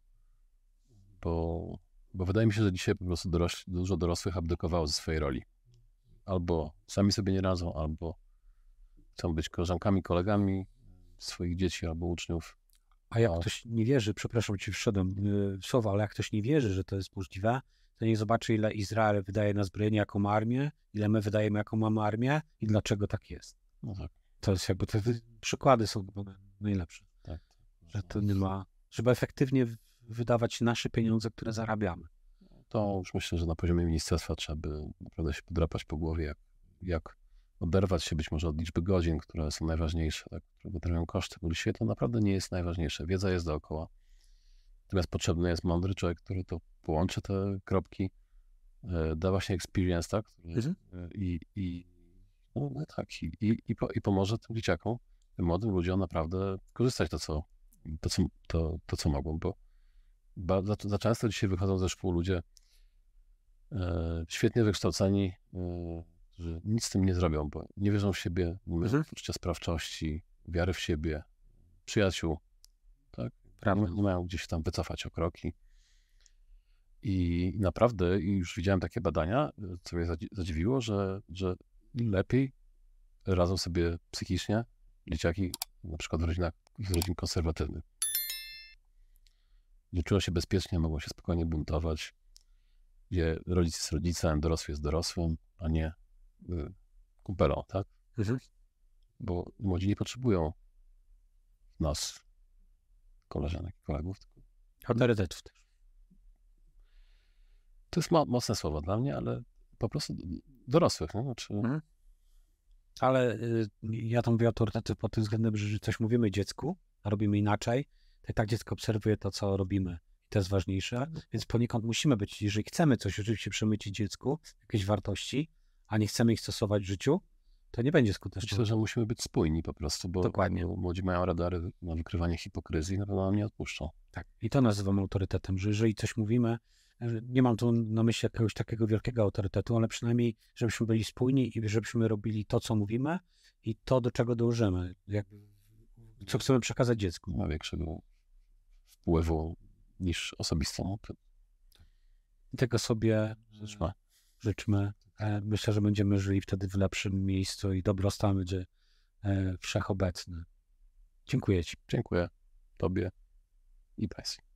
C: bo, bo wydaje mi się, że dzisiaj po prostu dorośli, dużo dorosłych abdykowało ze swojej roli. Albo sami sobie nie radzą, albo chcą być koleżankami, kolegami swoich dzieci albo uczniów.
B: A jak a... ktoś nie wierzy, przepraszam, ci wszedłem w słowa, ale jak ktoś nie wierzy, że to jest możliwe, to niech zobaczy, ile Izrael wydaje na zbrojenie, jaką ma armię, ile my wydajemy, jaką mamy armię i dlaczego tak jest.
C: No tak.
B: To jest jakby, te przykłady są najlepsze.
C: Tak.
B: Że to nie ma, żeby efektywnie wydawać nasze pieniądze, które zarabiamy.
C: To już myślę, że na poziomie ministerstwa trzeba by naprawdę się podrapać po głowie, jak, jak oderwać się być może od liczby godzin, które są najważniejsze, tak, które generują koszty, bo dzisiaj to naprawdę nie jest najważniejsze. Wiedza jest dookoła. Natomiast potrzebny jest mądry człowiek, który to połączy te kropki, da właśnie experience, tak?
B: Mhm.
C: I, i, no, no tak, i, i, i, po, i pomoże tym dzieciakom, tym młodym ludziom naprawdę korzystać to, co, to, co, to, to, co mogą, bo za, za często dzisiaj wychodzą ze szkół ludzie e, świetnie wykształceni, e, którzy nic z tym nie zrobią, bo nie wierzą w siebie, nie mają mhm. poczucia sprawczości, wiary w siebie, przyjaciół, tak? Nie, nie mają gdzieś tam wycofać o kroki. I naprawdę, i już widziałem takie badania, co mnie zadziwiło, że, że lepiej radzą sobie psychicznie dzieciaki, na przykład w rodzinach, z rodzin konserwatywnych. Gdzie czują się bezpiecznie, mogą się spokojnie buntować, gdzie rodzic jest rodzicem, dorosły jest dorosłym, a nie y, kumpelą, tak?
B: Mhm.
C: Bo młodzi nie potrzebują nas, koleżanek i kolegów.
B: Autorytetów też.
C: To jest mo- mocne słowo dla mnie, ale po prostu dorosłych, no? Znaczy...
B: Mhm. Ale y, ja to mówię autorytety pod tym względem, że coś mówimy dziecku, a robimy inaczej, to i tak dziecko obserwuje to, co robimy. I to jest ważniejsze, więc poniekąd musimy być, jeżeli chcemy coś oczywiście przemycić dziecku, jakieś wartości, a nie chcemy ich stosować w życiu, to nie będzie skuteczne.
C: Myślę, że musimy być spójni po prostu, bo,
B: Dokładnie.
C: bo młodzi mają radary na wykrywanie hipokryzji i na pewno nam nie odpuszczą.
B: Tak. I to nazywam autorytetem, że jeżeli coś mówimy, nie mam tu na myśli jakiegoś takiego wielkiego autorytetu, ale przynajmniej, żebyśmy byli spójni i żebyśmy robili to, co mówimy i to, do czego dążymy. Jakby, co chcemy przekazać dziecku.
C: Nie ma większego wpływu niż osobistą.
B: I tego sobie
C: życzmy.
B: życzmy. Myślę, że będziemy żyli wtedy w lepszym miejscu i dobrostan będzie wszechobecny. Dziękuję Ci.
C: Dziękuję Tobie i Państwu.